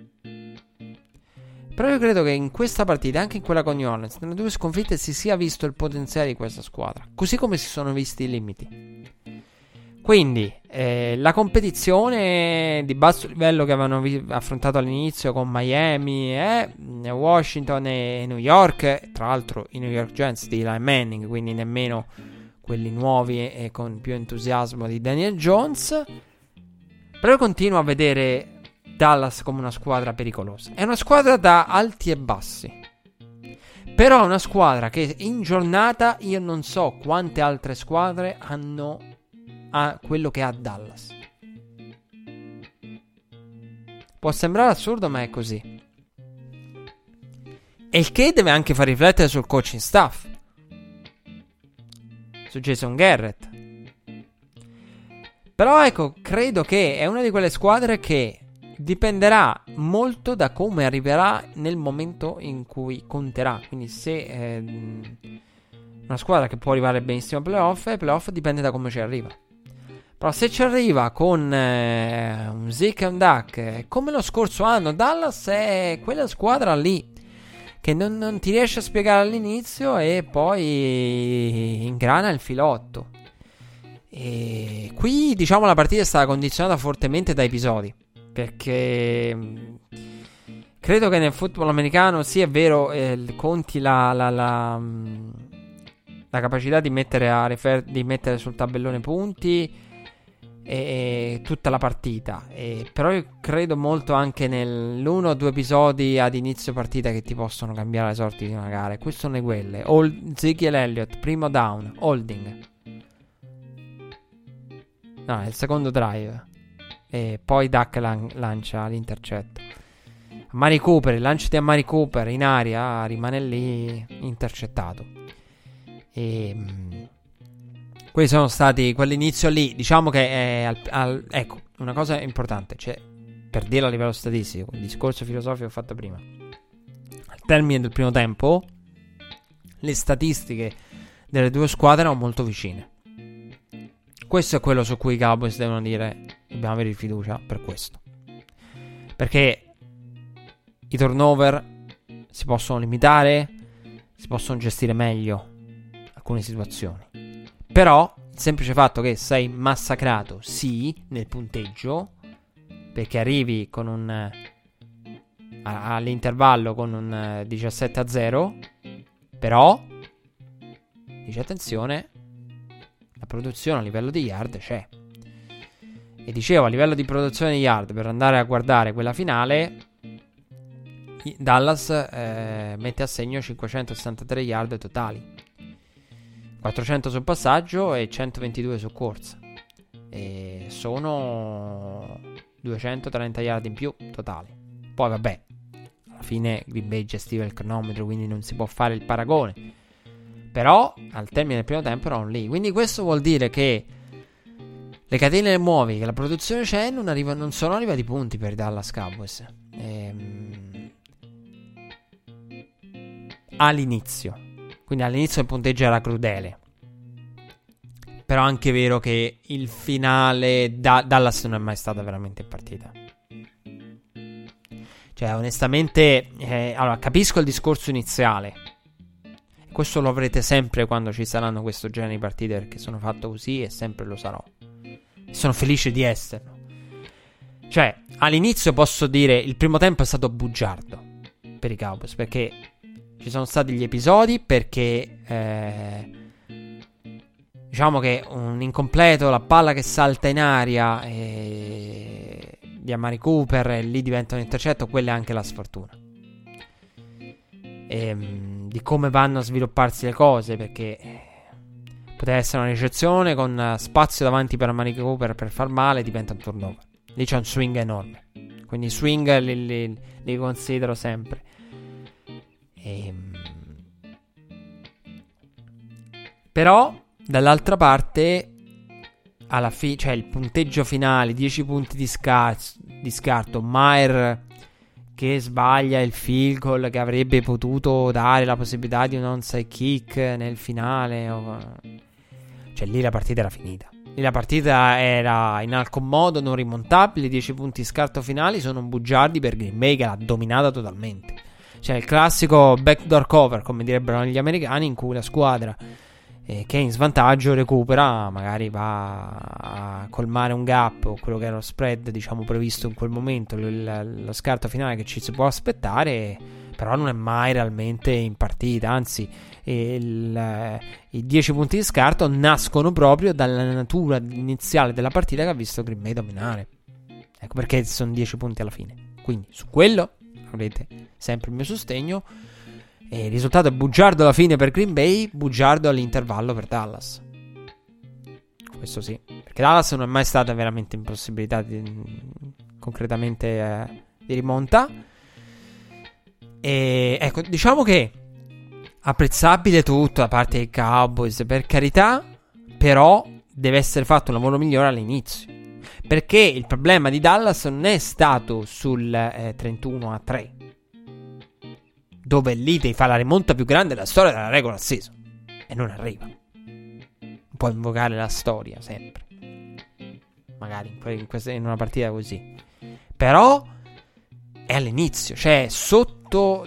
Però io credo che in questa partita, anche in quella con New Orleans, nelle due sconfitte si sia visto il potenziale di questa squadra, così come si sono visti i limiti. Quindi eh, la competizione di basso livello che avevano vi- affrontato all'inizio con Miami, eh, Washington e New York, tra l'altro i New York Giants di Eli Manning, quindi nemmeno quelli nuovi e, e con più entusiasmo di Daniel Jones. Però io continuo a vedere Dallas come una squadra pericolosa. È una squadra da alti e bassi, però è una squadra che in giornata io non so quante altre squadre hanno a quello che ha Dallas. Può sembrare assurdo, ma è così. E il che deve anche far riflettere sul coaching staff, su Jason Garrett. Però ecco, credo che è una di quelle squadre che dipenderà molto da come arriverà nel momento in cui conterà. Quindi se eh, una squadra che può arrivare benissimo ai playoff, ai playoff dipende da come ci arriva. Però se ci arriva con eh, un Zeke e un Duck, eh, come lo scorso anno, Dallas è quella squadra lì che non, non ti riesce a spiegare all'inizio e poi ingrana il filotto. E qui diciamo la partita è stata condizionata fortemente da episodi, perché credo che nel football americano, sì è vero, eh, conti la, la, la, la capacità di mettere, a refer- di mettere sul tabellone punti e, e tutta la partita, e, però io credo molto anche nell'uno o due episodi ad inizio partita che ti possono cambiare le sorti di una gara. Questo sono quelle Hold- Ezekiel Elliott, primo down, holding, no, è il secondo drive, e poi Duck lan- lancia l'intercetto. Amari Cooper, il lancio di Amari Cooper in aria rimane lì intercettato. E mh, questi sono stati quell'inizio lì. Diciamo che è al, al, ecco, una cosa importante, cioè, per dirla a livello statistico, il discorso filosofico che ho fatto prima, al termine del primo tempo le statistiche delle due squadre erano molto vicine. Questo è quello su cui i Cowboys devono dire dobbiamo avere fiducia per questo, perché i turnover si possono limitare, si possono gestire meglio alcune situazioni. Però il semplice fatto che sei massacrato, sì, nel punteggio, perché arrivi con un a, all'intervallo con un diciassette a zero, però dice attenzione, la produzione a livello di yard c'è. E dicevo, a livello di produzione di yard, per andare a guardare quella finale, Dallas eh, mette a segno cinquecentosessantatré yard totali, quattrocento sul passaggio e centoventidue su corsa, e sono duecentotrenta yard in più totali. Poi vabbè, alla fine Green Bay gestiva il cronometro, quindi non si può fare il paragone, però al termine del primo tempo erano lì. Quindi questo vuol dire che le catene le muovi, che la produzione c'è, non, arriva, non sono arrivati punti per i Dallas Cowboys ehm, all'inizio. Quindi all'inizio il punteggio era crudele, però è anche vero che il finale da, Dallas non è mai stata veramente in partita. Cioè onestamente eh, allora capisco il discorso iniziale, questo lo avrete sempre quando ci saranno questo genere di partite, perché sono fatto così e sempre lo sarò. Sono felice di esserlo. Cioè, all'inizio posso dire il primo tempo è stato bugiardo per i Cowboys, perché ci sono stati gli episodi, perché eh, diciamo che un incompleto, la palla che salta in aria e, di Amari Cooper, e lì diventa un intercetto, quella è anche la sfortuna. E, di come vanno a svilupparsi le cose, perché poteva essere una ricezione con spazio davanti per Amari Cooper per far male, diventa un turnover. Lì c'è un swing enorme, quindi i swing li, li, li considero sempre. E, però dall'altra parte alla fine, cioè il punteggio finale, dieci punti di, scar- di scarto, Maher che sbaglia il field goal che avrebbe potuto dare la possibilità di un onside kick nel finale, o... cioè lì la partita era finita. Lì la partita era in alcun modo non rimontabile. dieci punti di scarto finali sono bugiardi per Green Bay, che l'ha dominata totalmente. Cioè il classico backdoor cover, come direbbero gli americani, in cui la squadra eh, che è in svantaggio recupera, magari va a colmare un gap o quello che era lo spread, diciamo, previsto in quel momento, il, lo scarto finale che ci si può aspettare, però non è mai realmente in partita. Anzi, il, i dieci punti di scarto nascono proprio dalla natura iniziale della partita che ha visto Green Bay dominare. Ecco perché sono dieci punti alla fine. Quindi su quello avrete sempre il mio sostegno. E il risultato è bugiardo alla fine per Green Bay, bugiardo all'intervallo per Dallas. Questo sì, perché Dallas non è mai stata veramente in possibilità di, concretamente eh, di rimonta. E ecco, diciamo che apprezzabile tutto da parte dei Cowboys, per carità, però deve essere fatto un lavoro migliore all'inizio, perché il problema di Dallas non è stato sul eh, trentuno a tre, dove lì devi fare la rimonta più grande della storia della regular season e non arriva. Puoi invocare la storia sempre, magari in, questa, in una partita così, però è all'inizio, cioè sotto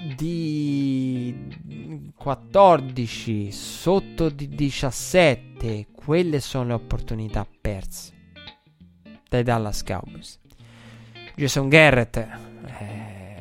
di quattordici, sotto di diciassette, quelle sono le opportunità perse dai Dallas Cowboys. Jason Garrett eh,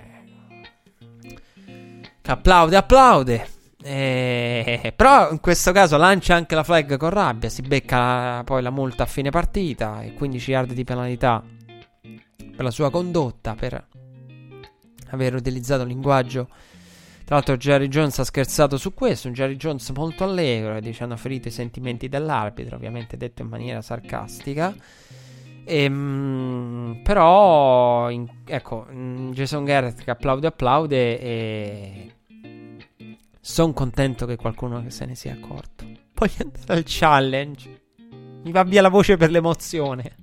che applaude applaude eh, però in questo caso lancia anche la flag con rabbia, si becca poi la multa a fine partita e quindici yard di penalità per la sua condotta, per aver utilizzato un linguaggio. Tra l'altro Jerry Jones ha scherzato su questo, un Jerry Jones molto allegro, dice hanno ferito i sentimenti dell'arbitro, ovviamente detto in maniera sarcastica. E, mh, però in, ecco, Jason Garrett che applaude applaude e sono contento che qualcuno che se ne sia accorto. Voglio andare al challenge, mi va via la voce per l'emozione,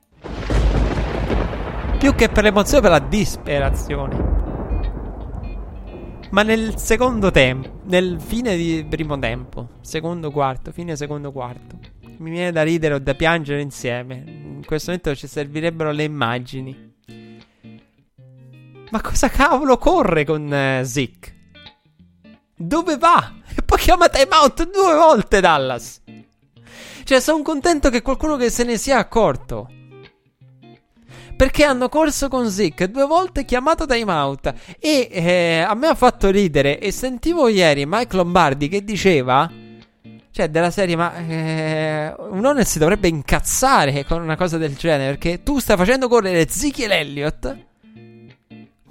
più che per l'emozione, per la disperazione. Ma nel secondo tempo, nel fine di primo tempo, secondo quarto, fine secondo quarto, mi viene da ridere o da piangere insieme. In questo momento ci servirebbero le immagini. Ma cosa cavolo corre con uh, Zeke? Dove va? E poi chiama timeout due volte Dallas. Cioè sono contento che qualcuno che se ne sia accorto, perché hanno corso con Zeke due volte, chiamato timeout. E eh, a me ha fatto ridere. E sentivo ieri Mike Lombardi che diceva, cioè della serie, ma eh, un owner si dovrebbe incazzare con una cosa del genere, perché tu stai facendo correre Ezekiel Elliott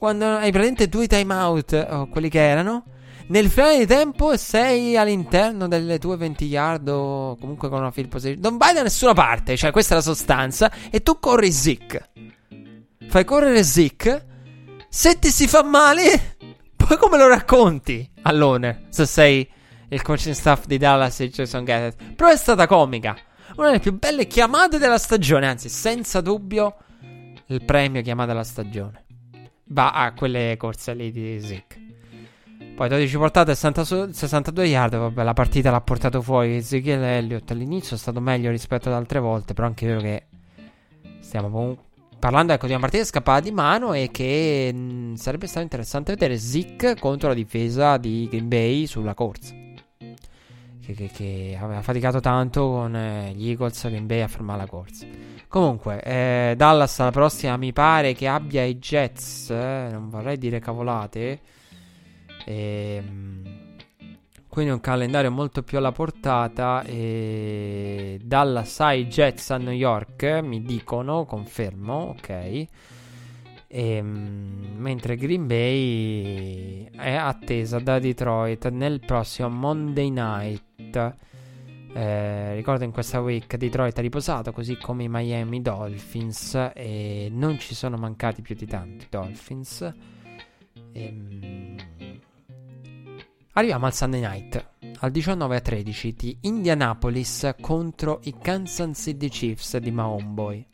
quando hai praticamente due time out o quelli che erano, nel finale di tempo sei all'interno delle tue venti yard o comunque con una field position, non vai da nessuna parte, cioè questa è la sostanza, e tu corri Zeke, fai correre Zeke, se ti si fa male poi come lo racconti all'owner se sei il coaching staff di Dallas e Jason Garrett? Però è stata comica, una delle più belle chiamate della stagione, anzi senza dubbio il premio chiamata della stagione va a quelle corse lì di Zeke. Poi dodici portate, sessantadue yard, vabbè, la partita l'ha portato fuori Ezekiel Elliott. All'inizio è stato meglio rispetto ad altre volte, però anche vero che stiamo parlando, ecco, di una partita scappata di mano e che mh, sarebbe stato interessante vedere Zeke contro la difesa di Green Bay sulla corsa, che, che, che aveva faticato tanto con eh, gli Eagles. Green Bay a fermare la corsa. Comunque eh, Dallas alla prossima mi pare che abbia i Jets, eh, non vorrei dire cavolate, e, quindi un calendario molto più alla portata. E Dallas ha i Jets a New York, mi dicono, confermo, ok. E, mentre Green Bay è attesa da Detroit nel prossimo Monday Night. Eh, ricordo in questa week Detroit ha riposato, così come i Miami Dolphins, e non ci sono mancati più di tanto i Dolphins. E, arriviamo al Sunday Night, al diciannove a tredici di Indianapolis contro i Kansas City Chiefs di Mahomeboy.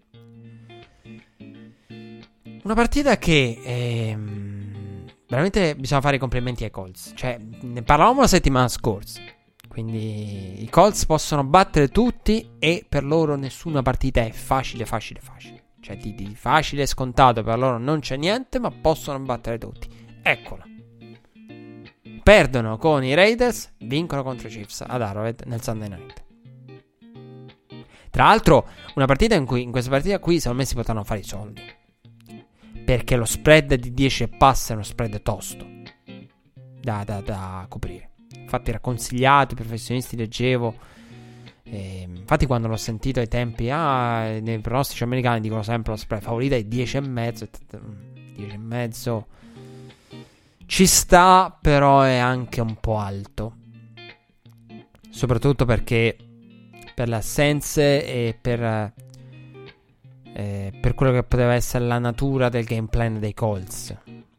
Una partita che ehm, veramente bisogna fare i complimenti ai Colts. Cioè, ne parlavamo la settimana scorsa, quindi i Colts possono battere tutti e per loro nessuna partita è facile, facile, facile. Cioè di, di facile e scontato per loro non c'è niente, ma possono battere tutti. Eccola. Perdono con i Raiders, vincono contro i Chiefs ad Arrowhead nel Sunday Night. Tra l'altro una partita in cui, in questa partita qui, secondo me si potranno fare i soldi, perché lo spread di dieci e passa è uno spread tosto da, da, da coprire. Infatti era consigliato, i professionisti leggevo, eh, infatti quando l'ho sentito ai tempi, ah, nei pronostici americani dicono sempre lo spread favorito è dieci e mezzo, dieci e mezzo ci sta, però è anche un po' alto, soprattutto perché per le assenze e per eh, per quello che poteva essere la natura del game plan dei Colts.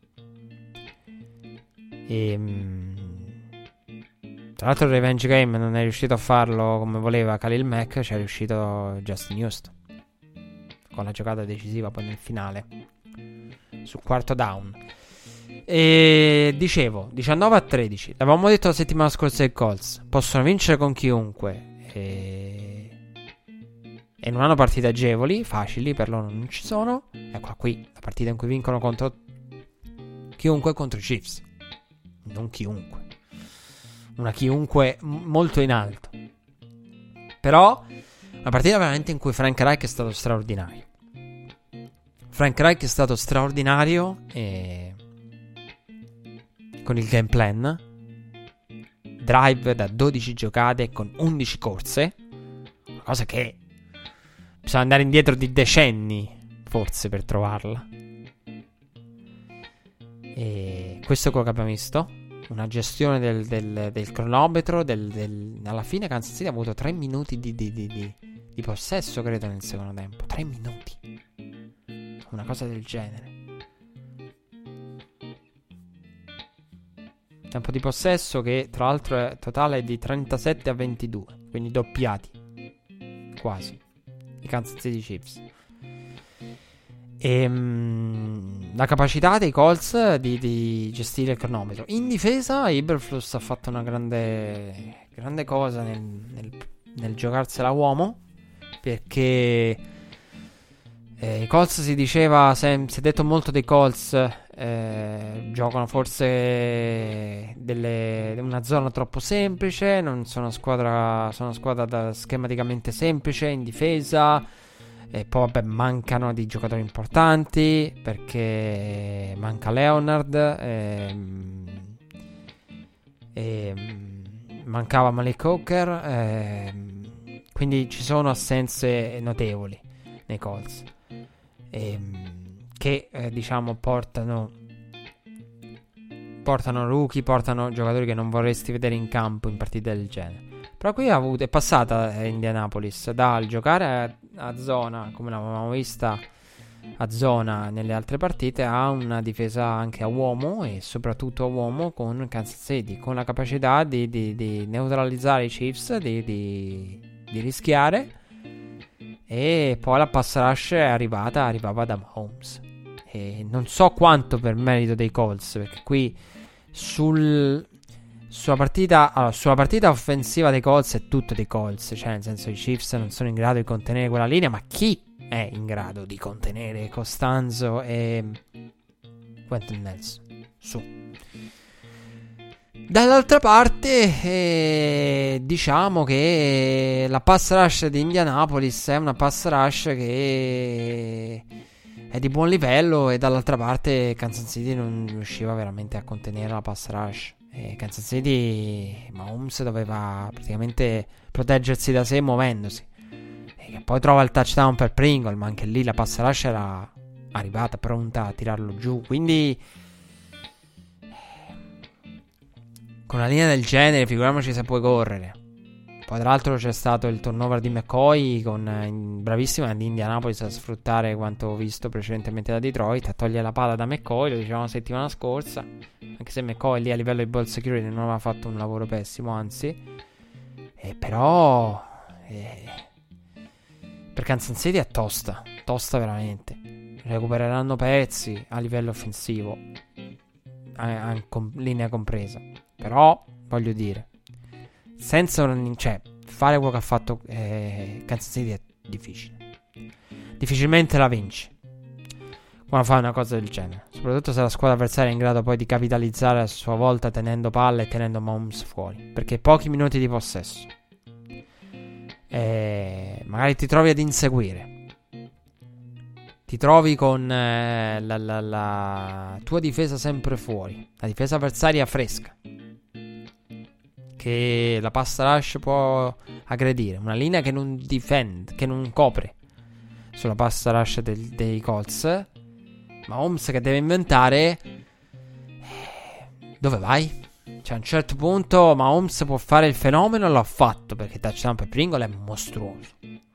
E tra l'altro il revenge game non è riuscito a farlo come voleva Khalil Mack, ci è riuscito Justin Houston con la giocata decisiva poi nel finale sul quarto down. E dicevo, diciannove a tredici, l'avevamo detto la settimana scorsa, i Colts possono vincere con chiunque e... e non hanno partite agevoli, facili per loro non ci sono. Eccola qui, la partita in cui vincono contro chiunque, contro i Chiefs, non chiunque, una chiunque m- molto in alto, però una partita veramente in cui Frank Reich è stato straordinario. Frank Reich è stato straordinario e... con il game plan, drive da dodici giocate con undici corse, una cosa che bisogna andare indietro di decenni forse per trovarla. E questo è quello che abbiamo visto, una gestione del, del, del cronometro del, del, alla fine Kansas City ha avuto tre minuti di, di, di, di, di possesso, credo, nel secondo tempo. Tre minuti, una cosa del genere. Tempo di possesso che tra l'altro è totale di trentasette a ventidue, quindi doppiati quasi i Kansas City Chiefs. E mh, la capacità dei Colts di, di gestire il cronometro in difesa, Eberflus ha fatto una grande grande cosa nel, nel, nel giocarsela uomo, perché eh, i Colts, si diceva, si è detto molto dei Colts, eh, giocano forse delle, una zona troppo semplice, non sono una squadra, sono una squadra da, schematicamente semplice in difesa, e poi vabbè mancano di giocatori importanti perché manca Leonard, e, e mancava Malik Hooker, e, quindi ci sono assenze notevoli nei Colts, e, che eh, diciamo portano portano rookie, portano giocatori che non vorresti vedere in campo in partite del genere. Però qui ha avuto, è passata eh, Indianapolis dal giocare a, a zona, come l'avevamo vista a zona nelle altre partite, a una difesa anche a uomo e soprattutto a uomo con Kansas City, con la capacità di, di, di neutralizzare i Chiefs, di, di, di rischiare. E poi la pass rush è arrivata, arrivava da Mahomes. E non so quanto per merito dei Colts, perché qui sul, sulla partita allora, sulla partita offensiva dei Colts è tutto dei Colts, cioè nel senso i Chiefs non sono in grado di contenere quella linea, ma chi è in grado di contenere Costanzo e Quentin Nelson? Su. Dall'altra parte eh, diciamo che la pass rush di Indianapolis è una pass rush che è di buon livello, e dall'altra parte Kansas City non riusciva veramente a contenere la pass rush. E Kansas City, Mahomes doveva praticamente proteggersi da sé muovendosi, e poi trova il touchdown per Pringle, ma anche lì la pass rush era arrivata pronta a tirarlo giù. Quindi con una linea del genere figuriamoci se puoi correre. Poi tra l'altro c'è stato il turnover di McCoy, con eh, bravissima di Indianapolis a sfruttare quanto ho visto precedentemente da Detroit, a togliere la palla da McCoy, lo dicevamo la settimana scorsa, anche se McCoy lì a livello di ball security non aveva fatto un lavoro pessimo, anzi. E però eh, per Kansas City è tosta, tosta veramente. Recupereranno pezzi a livello offensivo, a, a, com- linea compresa. Però voglio dire, senza un, cioè, fare quello che ha fatto eh, Kansas City è difficile. Difficilmente la vinci quando fai una cosa del genere, soprattutto se la squadra avversaria è in grado poi di capitalizzare a sua volta tenendo palle e tenendo Mahomes fuori, perché pochi minuti di possesso e magari ti trovi ad inseguire, ti trovi con eh, la, la, la tua difesa sempre fuori, la difesa avversaria fresca, che la pass rush può aggredire, una linea che non difende, che non copre sulla pass rush del, dei Colts. Mahomes che deve inventare, dove vai? Cioè a un certo punto Mahomes può fare il fenomeno, l'ha fatto, perché touchdown per Pringle è mostruoso.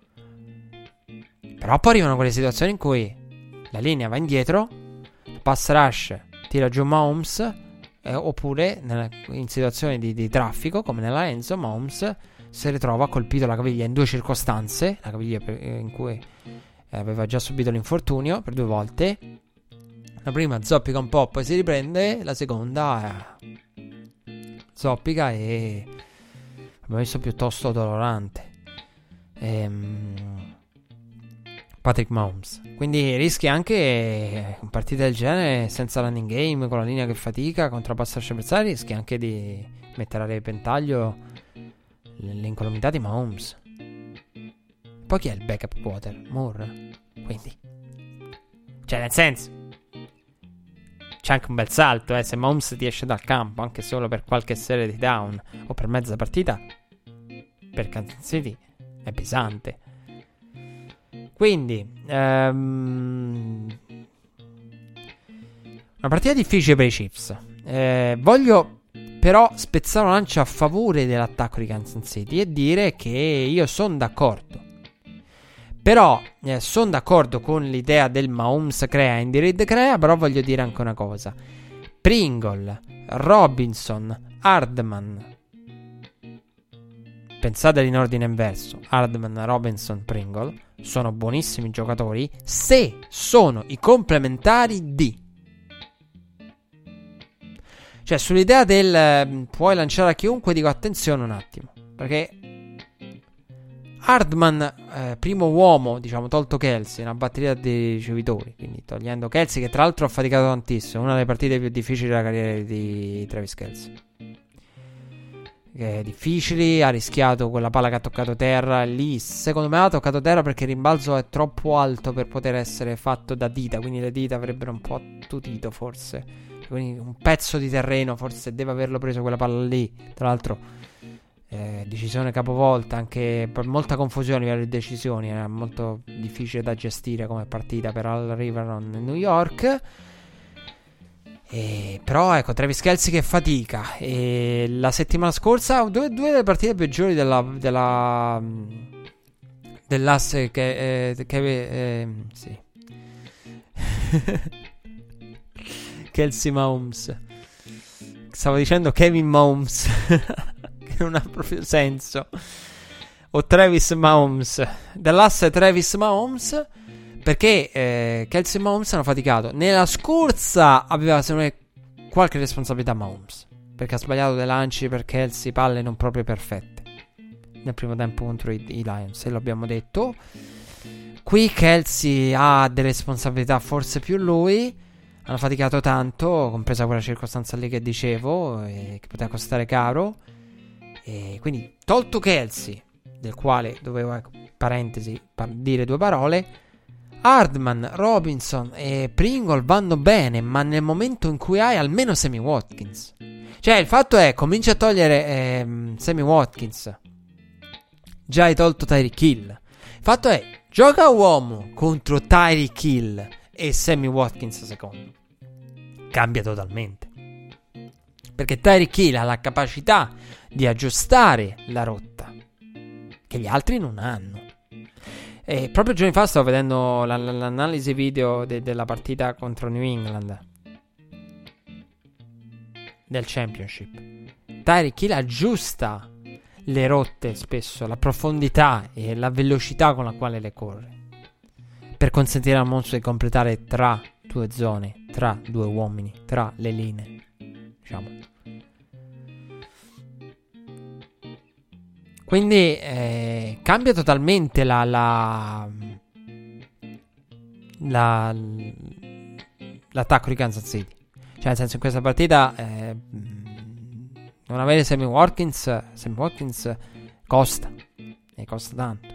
Però poi arrivano quelle situazioni in cui la linea va indietro, pass rush tira giù Mahomes, eh, oppure nella, in situazioni di, di traffico come nella Enzo, Mahomes si ritrova colpito alla caviglia in due circostanze, la caviglia per, in cui eh, aveva già subito l'infortunio per due volte. La prima zoppica un po', poi si riprende, la seconda eh, zoppica e abbiamo visto piuttosto dolorante. Ehm, Patrick Mahomes. Quindi rischi anche in partite del genere senza running game, con la linea che fatica contro la pass rush avversaria, rischi anche di mettere a repentaglio l'incolumità di Mahomes. Poi chi è il backup quarter? Moore. Quindi, cioè nel senso, c'è anche un bel salto, eh, se Mahomes ti esce dal campo anche solo per qualche serie di down o per mezza partita, per Kansas City è pesante. Quindi um, una partita difficile per i Chiefs. eh, Voglio però spezzare una lancia a favore dell'attacco di Kansas City e dire che io sono d'accordo. Però eh, sono d'accordo con l'idea del Mahomes crea, Andy Reid crea. Però voglio dire anche una cosa: Pringle, Robinson, Hardman, pensateli in ordine inverso, Hardman, Robinson, Pringle sono buonissimi giocatori se sono i complementari di, cioè sull'idea del eh, puoi lanciare a chiunque, dico attenzione un attimo, perché Hardman, eh, primo uomo, diciamo, tolto Kelsey, una batteria di ricevitori, quindi togliendo Kelsey, che tra l'altro ha faticato tantissimo, una delle partite più difficili della carriera di Travis Kelsey, che è difficili, ha rischiato quella palla che ha toccato terra, lì secondo me ha toccato terra perché il rimbalzo è troppo alto per poter essere fatto da dita, quindi le dita avrebbero un po' attutito forse, quindi un pezzo di terreno forse deve averlo preso quella palla lì. Tra l'altro Eh, decisione capovolta, anche per molta confusione a livello di decisioni, era molto difficile da gestire come partita per Al Riveron in New York. E, però ecco, Travis Kelce che fatica. E la settimana scorsa due, due delle partite peggiori della della dell'asse che, eh, che eh, sì Kelce Mahomes, stavo dicendo Kevin Mahomes che non ha proprio senso, o Travis Mahomes, dell'asse Travis Mahomes, perché eh, Kelce e Mahomes hanno faticato. Nella scorsa aveva secondo me qualche responsabilità Mahomes, perché ha sbagliato dei lanci per Kelce, palle non proprio perfette nel primo tempo contro i, i Lions, e lo abbiamo detto. Qui Kelce ha delle responsabilità, forse più lui. Hanno faticato tanto, compresa quella circostanza lì che dicevo, e che poteva costare caro. E quindi, tolto Kelce, del quale dovevo, ecco, parentesi, par- dire due parole, Hardman, Robinson e Pringle vanno bene, ma nel momento in cui hai almeno Sammy Watkins. Cioè, il fatto è, cominci a togliere ehm, Sammy Watkins, già hai tolto Tyreek Hill. Il fatto è, gioca uomo contro Tyreek Hill e Sammy Watkins secondo. Cambia totalmente, perché Tyreek Hill ha la capacità di aggiustare la rotta che gli altri non hanno. E proprio giorni fa stavo vedendo la, la, l'analisi video de, della partita contro New England del Championship. Tyreek Hill aggiusta le rotte spesso, la profondità e la velocità con la quale le corre, per consentire al mostro di completare tra due zone, tra due uomini, tra le linee, diciamo. Quindi eh, cambia totalmente la, la, la l'attacco di Kansas City. Cioè, nel senso, in questa partita eh, non avere Sammy Watkins, Sammy Watkins costa, e costa tanto.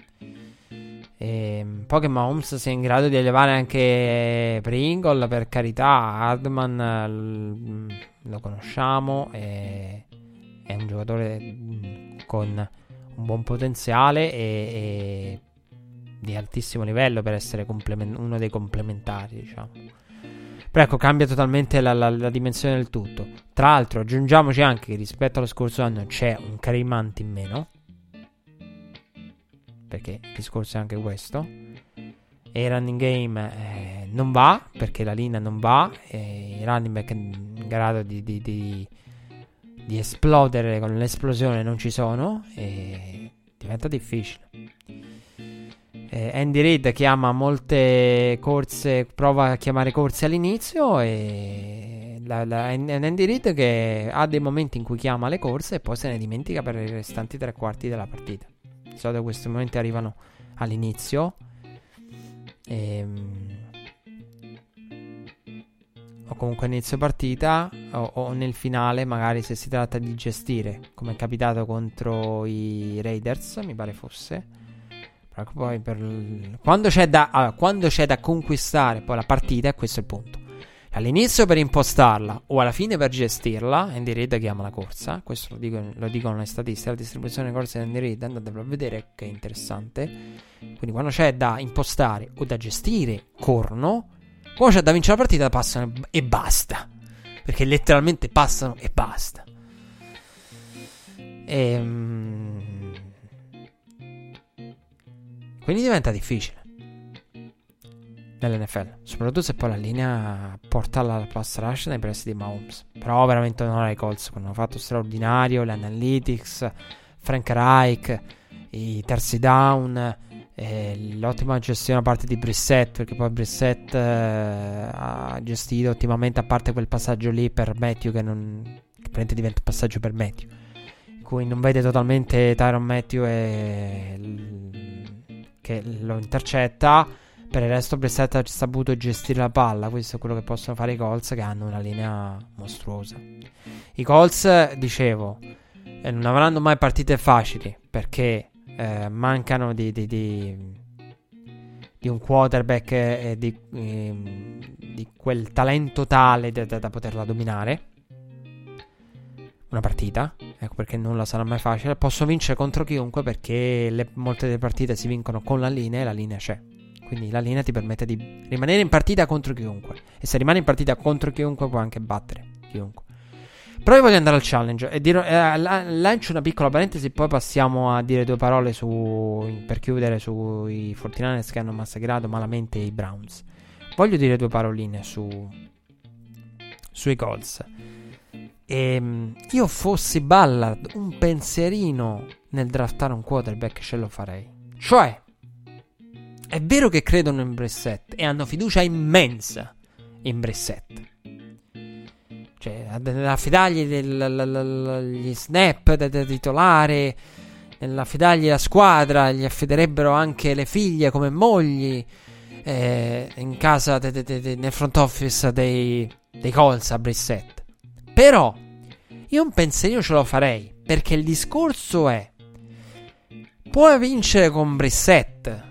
E poi che Mahomes sia in grado di elevare anche Pringle, per carità. Hardman l- lo conosciamo, e è un giocatore con un buon potenziale e, e di altissimo livello per essere complement- uno dei complementari, diciamo. Però ecco, cambia totalmente la, la, la dimensione del tutto. Tra l'altro aggiungiamoci anche che rispetto allo scorso anno c'è un Kareem Hunt in meno, perché il discorso è anche questo. E il running game eh, non va, perché la linea non va, e i running back in grado di, di, di, di esplodere con l'esplosione non ci sono, e diventa difficile. eh, Andy Reid chiama molte corse, prova a chiamare corse all'inizio, e la, la, Andy Reid che ha dei momenti in cui chiama le corse e poi se ne dimentica per i restanti tre quarti della partita. Di solito questi momenti arrivano all'inizio, ehm, o comunque inizio partita, o, o nel finale, magari se si tratta di gestire, come è capitato contro i Raiders, mi pare fosse. Però poi per l... quando c'è da allora, quando c'è da conquistare poi la partita, e questo è il punto. All'inizio per impostarla o alla fine per gestirla, Andy Reid chiama la corsa. Questo lo, dico, lo dicono le statistiche. La distribuzione di corse di Andy Reid, andatevelo a vedere, che è interessante. Quindi quando c'è da impostare o da gestire, corrono. Quando c'è da vincere la partita, passano e basta, perché letteralmente passano e basta. Ehm... Quindi diventa difficile nell'N F L, soprattutto se poi la linea porta alla pass rush nei pressi di Mahomes. Però veramente non ai Colts, hanno fatto straordinario, le analytics, Frank Reich, i terzi down, eh, l'ottima gestione da parte di Brissett, perché poi Brissett eh, ha gestito ottimamente, a parte quel passaggio lì per Matthew che non che praticamente diventa un passaggio per Matthew, in cui non vede totalmente Tyrann Mathieu e l- che lo intercetta. Per il resto Brissett ha saputo gestire la palla. Questo è quello che possono fare i Colts, che hanno una linea mostruosa. I Colts, dicevo, eh, non avranno mai partite facili, perché eh, mancano di, di, di, di un quarterback e di, eh, di quel talento tale da, da, da poterla dominare una partita. Ecco perché non la sarà mai facile. Possono vincere contro chiunque, perché le, molte delle partite si vincono con la linea, e la linea c'è. quindi la linea ti permette di rimanere in partita contro chiunque, e se rimani in partita contro chiunque puoi anche battere chiunque. Però io voglio andare al challenge e dire, eh, lancio una piccola parentesi, poi passiamo a dire due parole su, per chiudere, sui quarantanovers che hanno massacrato malamente i Browns. Voglio dire due paroline su sui Colts. E, io fossi Ballard, un pensierino nel draftare un quarterback ce lo farei. Cioè, è vero che credono in Brissett e hanno fiducia immensa in Brissett, cioè nell'affidargli gli snap da, da titolare, nell'affidargli la squadra, gli affiderebbero anche le figlie come mogli, eh, in casa de, de, de, de, nel front office dei, dei Colts a Brissett. Però io un pensierino ce lo farei, perché il discorso è: puoi vincere con Brissett?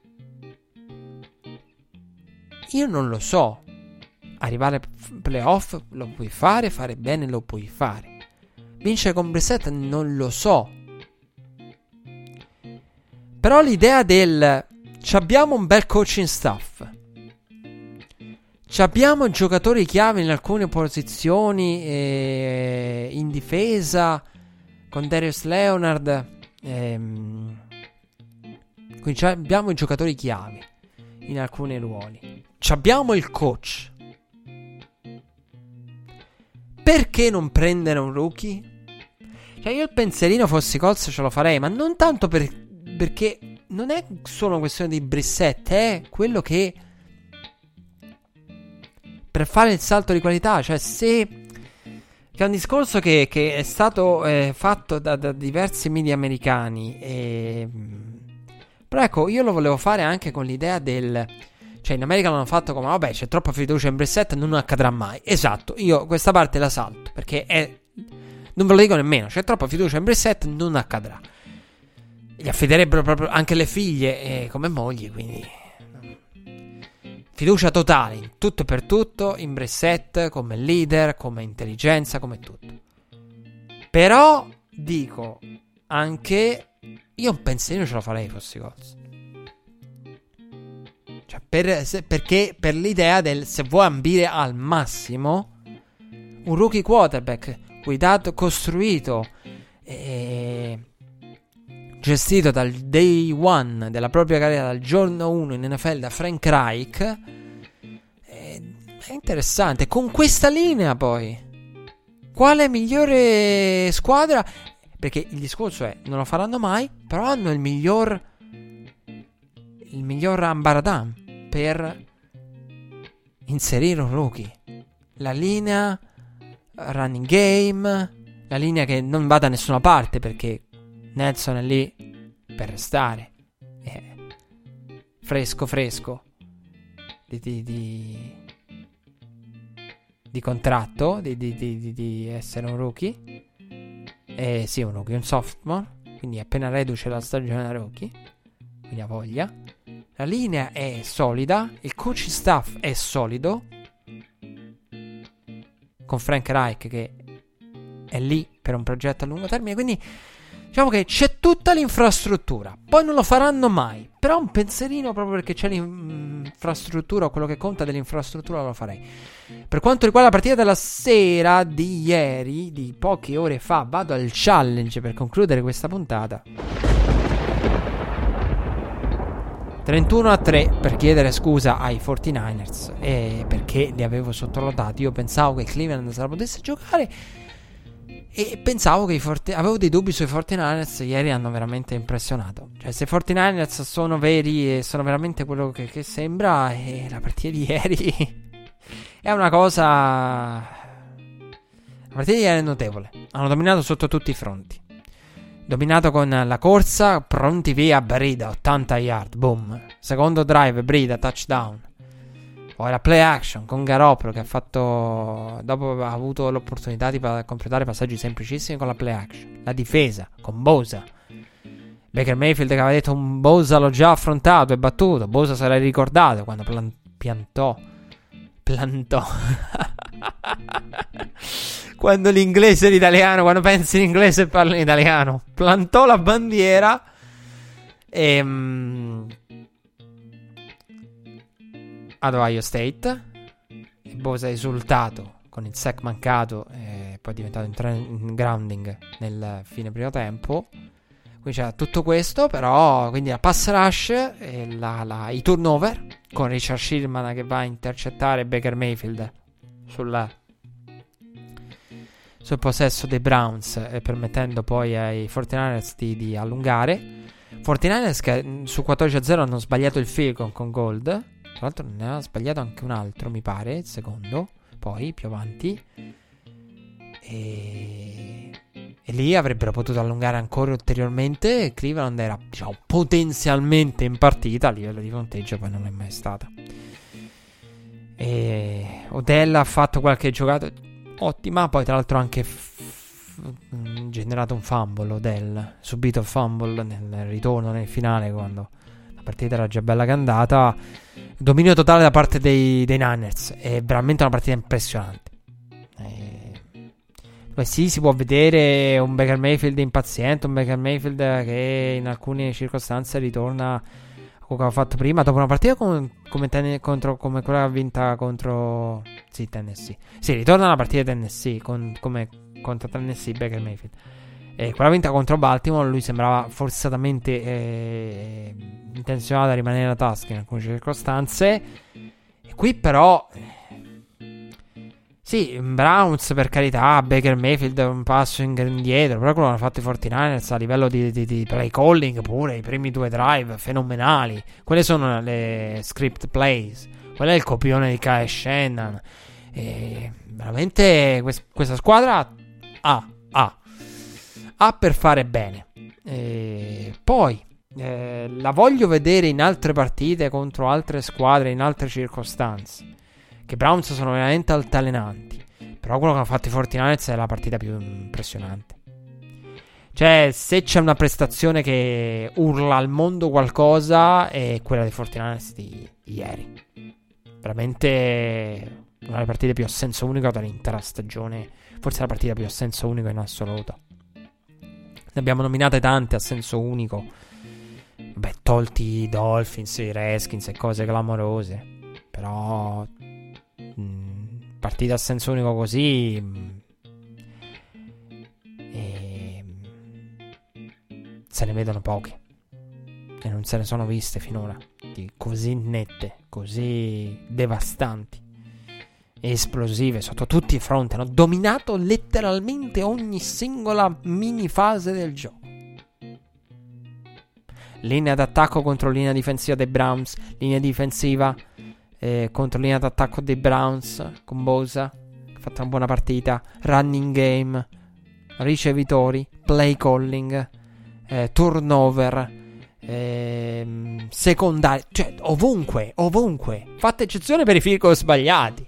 Io non lo so. Arrivare ai playoff lo puoi fare, fare bene lo puoi fare. Vincere con Brissett non lo so. Però l'idea del abbiamo un bel coaching staff, abbiamo giocatori chiave in alcune posizioni, eh, in difesa con Darius Leonard, ehm, quindi abbiamo i giocatori chiave in alcuni ruoli, abbiamo il coach. Perché non prendere un rookie? Cioè, io il pensierino fossi Colts ce lo farei, ma non tanto per, perché non è solo una questione di Brissett, è quello che per fare il salto di qualità, cioè se c'è un discorso che, che è stato eh, fatto da, da diversi media americani, e, però ecco, io lo volevo fare anche con l'idea del, cioè in America l'hanno fatto come vabbè, c'è troppa fiducia in Brissett, non accadrà mai. Esatto, io questa parte la salto, perché è, non ve lo dico nemmeno, c'è troppa fiducia in Brissett, non accadrà. Gli affiderebbero proprio anche le figlie eh, come mogli, quindi fiducia totale in tutto e per tutto in Brissett, come leader, come intelligenza, come tutto. Però dico anche, io un pensierino ce lo farei fossi Colts. Cioè per, se, perché per l'idea del, se vuoi ambire al massimo, un rookie quarterback guidato, costruito e gestito dal day one della propria carriera, dal giorno uno in N F L da Frank Reich, è, è interessante. Con questa linea poi, quale migliore squadra? Perché il discorso è, non lo faranno mai, però hanno il miglior il miglior ambaradam per inserire un rookie. La linea running game, la linea che non va da nessuna parte, perché Nelson è lì per restare, è fresco fresco di, di, di, di contratto, di, di, di, di essere un rookie, eh, sì, un rookie, un sophomore, quindi appena reduce la stagione da rookie, quindi ha voglia. La linea è solida, il coaching staff è solido, con Frank Reich che è lì per un progetto a lungo termine, quindi diciamo che c'è tutta l'infrastruttura. Poi non lo faranno mai, però un pensierino, proprio perché c'è l'infrastruttura, quello che conta dell'infrastruttura, lo farei. Per quanto riguarda la partita della sera di ieri, di poche ore fa, vado al challenge per concludere questa puntata. trentuno a tre per chiedere scusa ai quarantanovers, e perché li avevo sottovalutati. Io pensavo che Cleveland se la potesse giocare, e pensavo che i forti... avevo dei dubbi sui quarantanovers. Ieri hanno veramente impressionato. Cioè, se i quarantanovers sono veri e sono veramente quello che, che sembra, e la partita di ieri è una cosa, la partita di ieri è notevole. Hanno dominato sotto tutti i fronti. Dominato con la corsa, pronti via, Brida, ottanta yard, boom. Secondo drive, Brida, touchdown. Poi la play action con Garoppolo, che ha fatto, dopo ha avuto l'opportunità di pa- completare passaggi semplicissimi con la play action. La difesa con Bosa. Baker Mayfield che aveva detto un Bosa l'ho già affrontato e battuto. Bosa se l'ha ricordato quando plan- piantò. Plantò. Quando l'inglese e l'italiano, quando pensi in inglese e parli in italiano, plantò la bandiera. E, ad Ohio State. Bosa è esultato con il sack mancato e poi è diventato in, tra- in grounding nel fine primo tempo. Quindi c'era tutto questo, però quindi la pass rush e la, la, i turnover con Richard Sherman che va a intercettare Baker Mayfield sulla, sul possesso dei Browns, e permettendo poi ai quarantanovers di, di allungare. quarantanovers che su quattordici a zero hanno sbagliato il field goal con Gold. Tra l'altro ne ha sbagliato anche un altro, mi pare, il secondo, poi più avanti. E, e lì avrebbero potuto allungare ancora ulteriormente. Cleveland era, diciamo, potenzialmente in partita. A livello di punteggio poi non è mai stata. E Odell ha fatto qualche giocata ottima. Poi tra l'altro anche f- f- generato un fumble. Odell subito il fumble nel ritorno, nel finale, quando la partita era già bella che è andata. Dominio totale da parte dei, dei Niners. È veramente una partita impressionante. Beh, sì, si può vedere un Baker Mayfield impaziente, un Baker Mayfield che in alcune circostanze ritorna a quello che ha fatto prima, dopo una partita come, come, ten- contro, come quella che ha vinta contro sì, Tennessee. Sì, ritorna alla partita di Tennessee con, come contro Tennessee Baker Mayfield. E quella vinta contro Baltimore lui sembrava forzatamente eh, intenzionato a rimanere alla tasca in alcune circostanze. E qui però... Sì, Browns per carità, Baker Mayfield un passo indietro, però quello che hanno fatto i quarantanovers a livello di, di, di play calling pure, i primi due drive fenomenali. Quelle sono le script plays, quello è il copione di Kyle Shanahan. E veramente quest- questa squadra ha, ha, ha per fare bene. E poi eh, la voglio vedere in altre partite contro altre squadre, in altre circostanze. Che Browns sono veramente altalenanti. Però quello che hanno fatto i quarantanovers è la partita più impressionante. Cioè, se c'è una prestazione che urla al mondo qualcosa, è quella dei quarantanovers di ieri. Veramente una delle partite più a senso unico dell'intera stagione. Forse la partita più a senso unico in assoluto. Ne abbiamo nominate tante a senso unico. Beh, tolti i Dolphins, i Redskins e cose clamorose. Però... partita a senso unico così e se ne vedono poche e non se ne sono viste finora di così nette, così devastanti, esplosive sotto tutti i fronti. Hanno dominato letteralmente ogni singola mini fase del gioco. Linea d'attacco contro linea difensiva dei Browns, linea difensiva Eh, contro linea d'attacco dei Browns con Bosa, ha fatto una buona partita, running game, ricevitori, play calling, eh, turnover, eh, secondari, cioè ovunque, ovunque, fatta eccezione per i field goal sbagliati.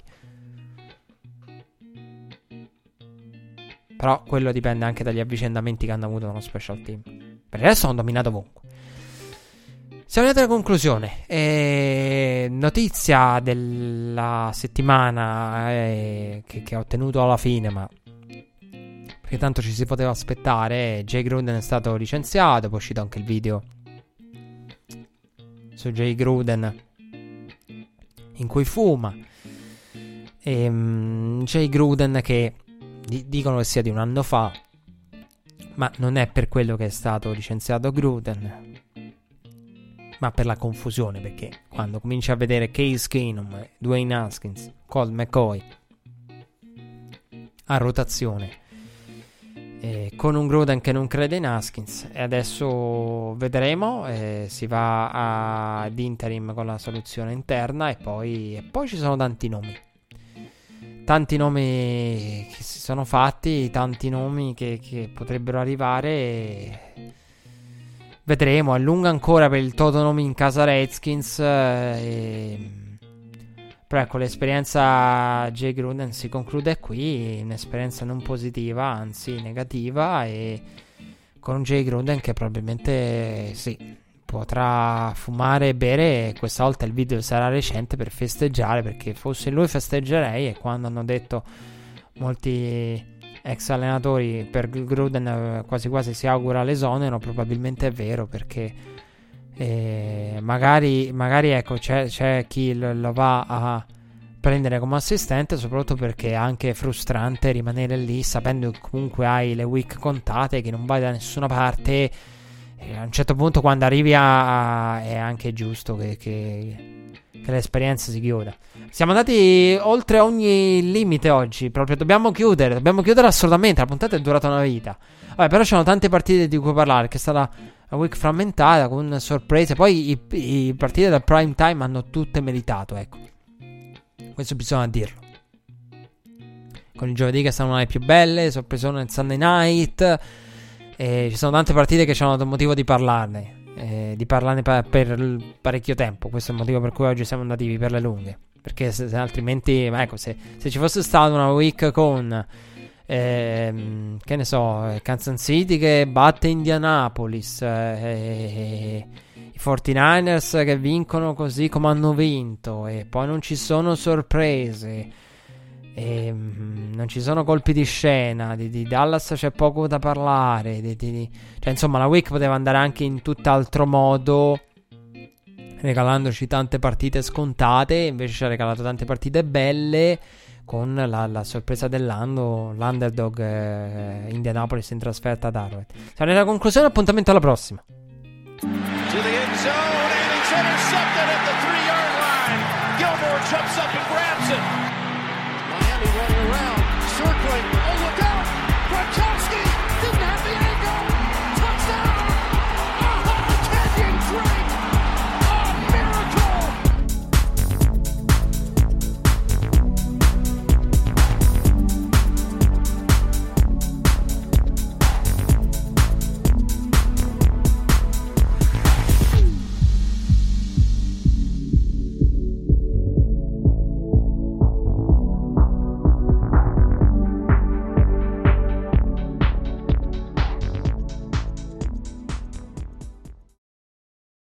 Però quello dipende anche dagli avvicendamenti che hanno avuto nello special team. Per il resto hanno dominato ovunque. Siamo arrivati alla conclusione. Eh, notizia della settimana eh, che, che ho ottenuto alla fine, ma perché tanto ci si poteva aspettare. Jay Gruden è stato licenziato. Poi è uscito anche il video su Jay Gruden in cui fuma. E, um, Jay Gruden che di- dicono che sia di un anno fa, ma non è per quello che è stato licenziato Gruden, ma per la confusione, perché quando cominci a vedere Case Keenum, Dwayne Haskins, Colt McCoy a rotazione, eh, con un Gruden che non crede in Haskins, e adesso vedremo, eh, si va ad interim con la soluzione interna, e poi, e poi ci sono tanti nomi. Tanti nomi che si sono fatti, tanti nomi che, che potrebbero arrivare, e vedremo. A lungo ancora per il toto nomi in casa Redskins, e... però ecco, l'esperienza Jay Gruden si conclude qui. Un'esperienza non positiva, anzi negativa, e con Jay Gruden che probabilmente sì, potrà fumare e bere. Questa volta il video sarà recente per festeggiare, perché fosse lui festeggerei. E quando hanno detto molti ex allenatori per Gruden quasi quasi si augura l'esonero, probabilmente è vero, perché E magari, magari ecco, c'è, c'è chi lo, lo va a prendere come assistente, soprattutto perché è anche frustrante rimanere lì sapendo che comunque hai le week contate, che non vai da nessuna parte. E a un certo punto, quando arrivi a, a è anche giusto che, che, che l'esperienza si chiuda. Siamo andati oltre ogni limite oggi, proprio dobbiamo chiudere, dobbiamo chiudere assolutamente, la puntata è durata una vita. Vabbè, però c'erano tante partite di cui parlare, che è stata la week frammentata con sorprese. Poi i, i partite del prime time hanno tutte meritato, ecco. Questo bisogna dirlo. Con il giovedì che sono le più belle, sorpresone nel Sunday night. E ci sono tante partite che ci hanno dato motivo di parlarne. Eh, di parlarne pa- per parecchio tempo. Questo è il motivo per cui oggi siamo andati per le lunghe. Perché se, se altrimenti, ecco, se, se ci fosse stata una week con ehm, che ne so, Kansas City che batte Indianapolis, eh, i quarantanovers che vincono così come hanno vinto, e poi non ci sono sorprese, e, mm, non ci sono colpi di scena, di, di Dallas c'è poco da parlare, di, di, cioè insomma la week poteva andare anche in tutt'altro modo, regalandoci tante partite scontate. Invece ci ha regalato tante partite belle, con la, la sorpresa dell'anno, l'underdog eh, Indianapolis in trasferta ad Arrowhead. Siamo alla conclusione, appuntamento alla prossima. To the end zone, and it's intercepted at the three-yard line. Gilmore jumps up and grabs it.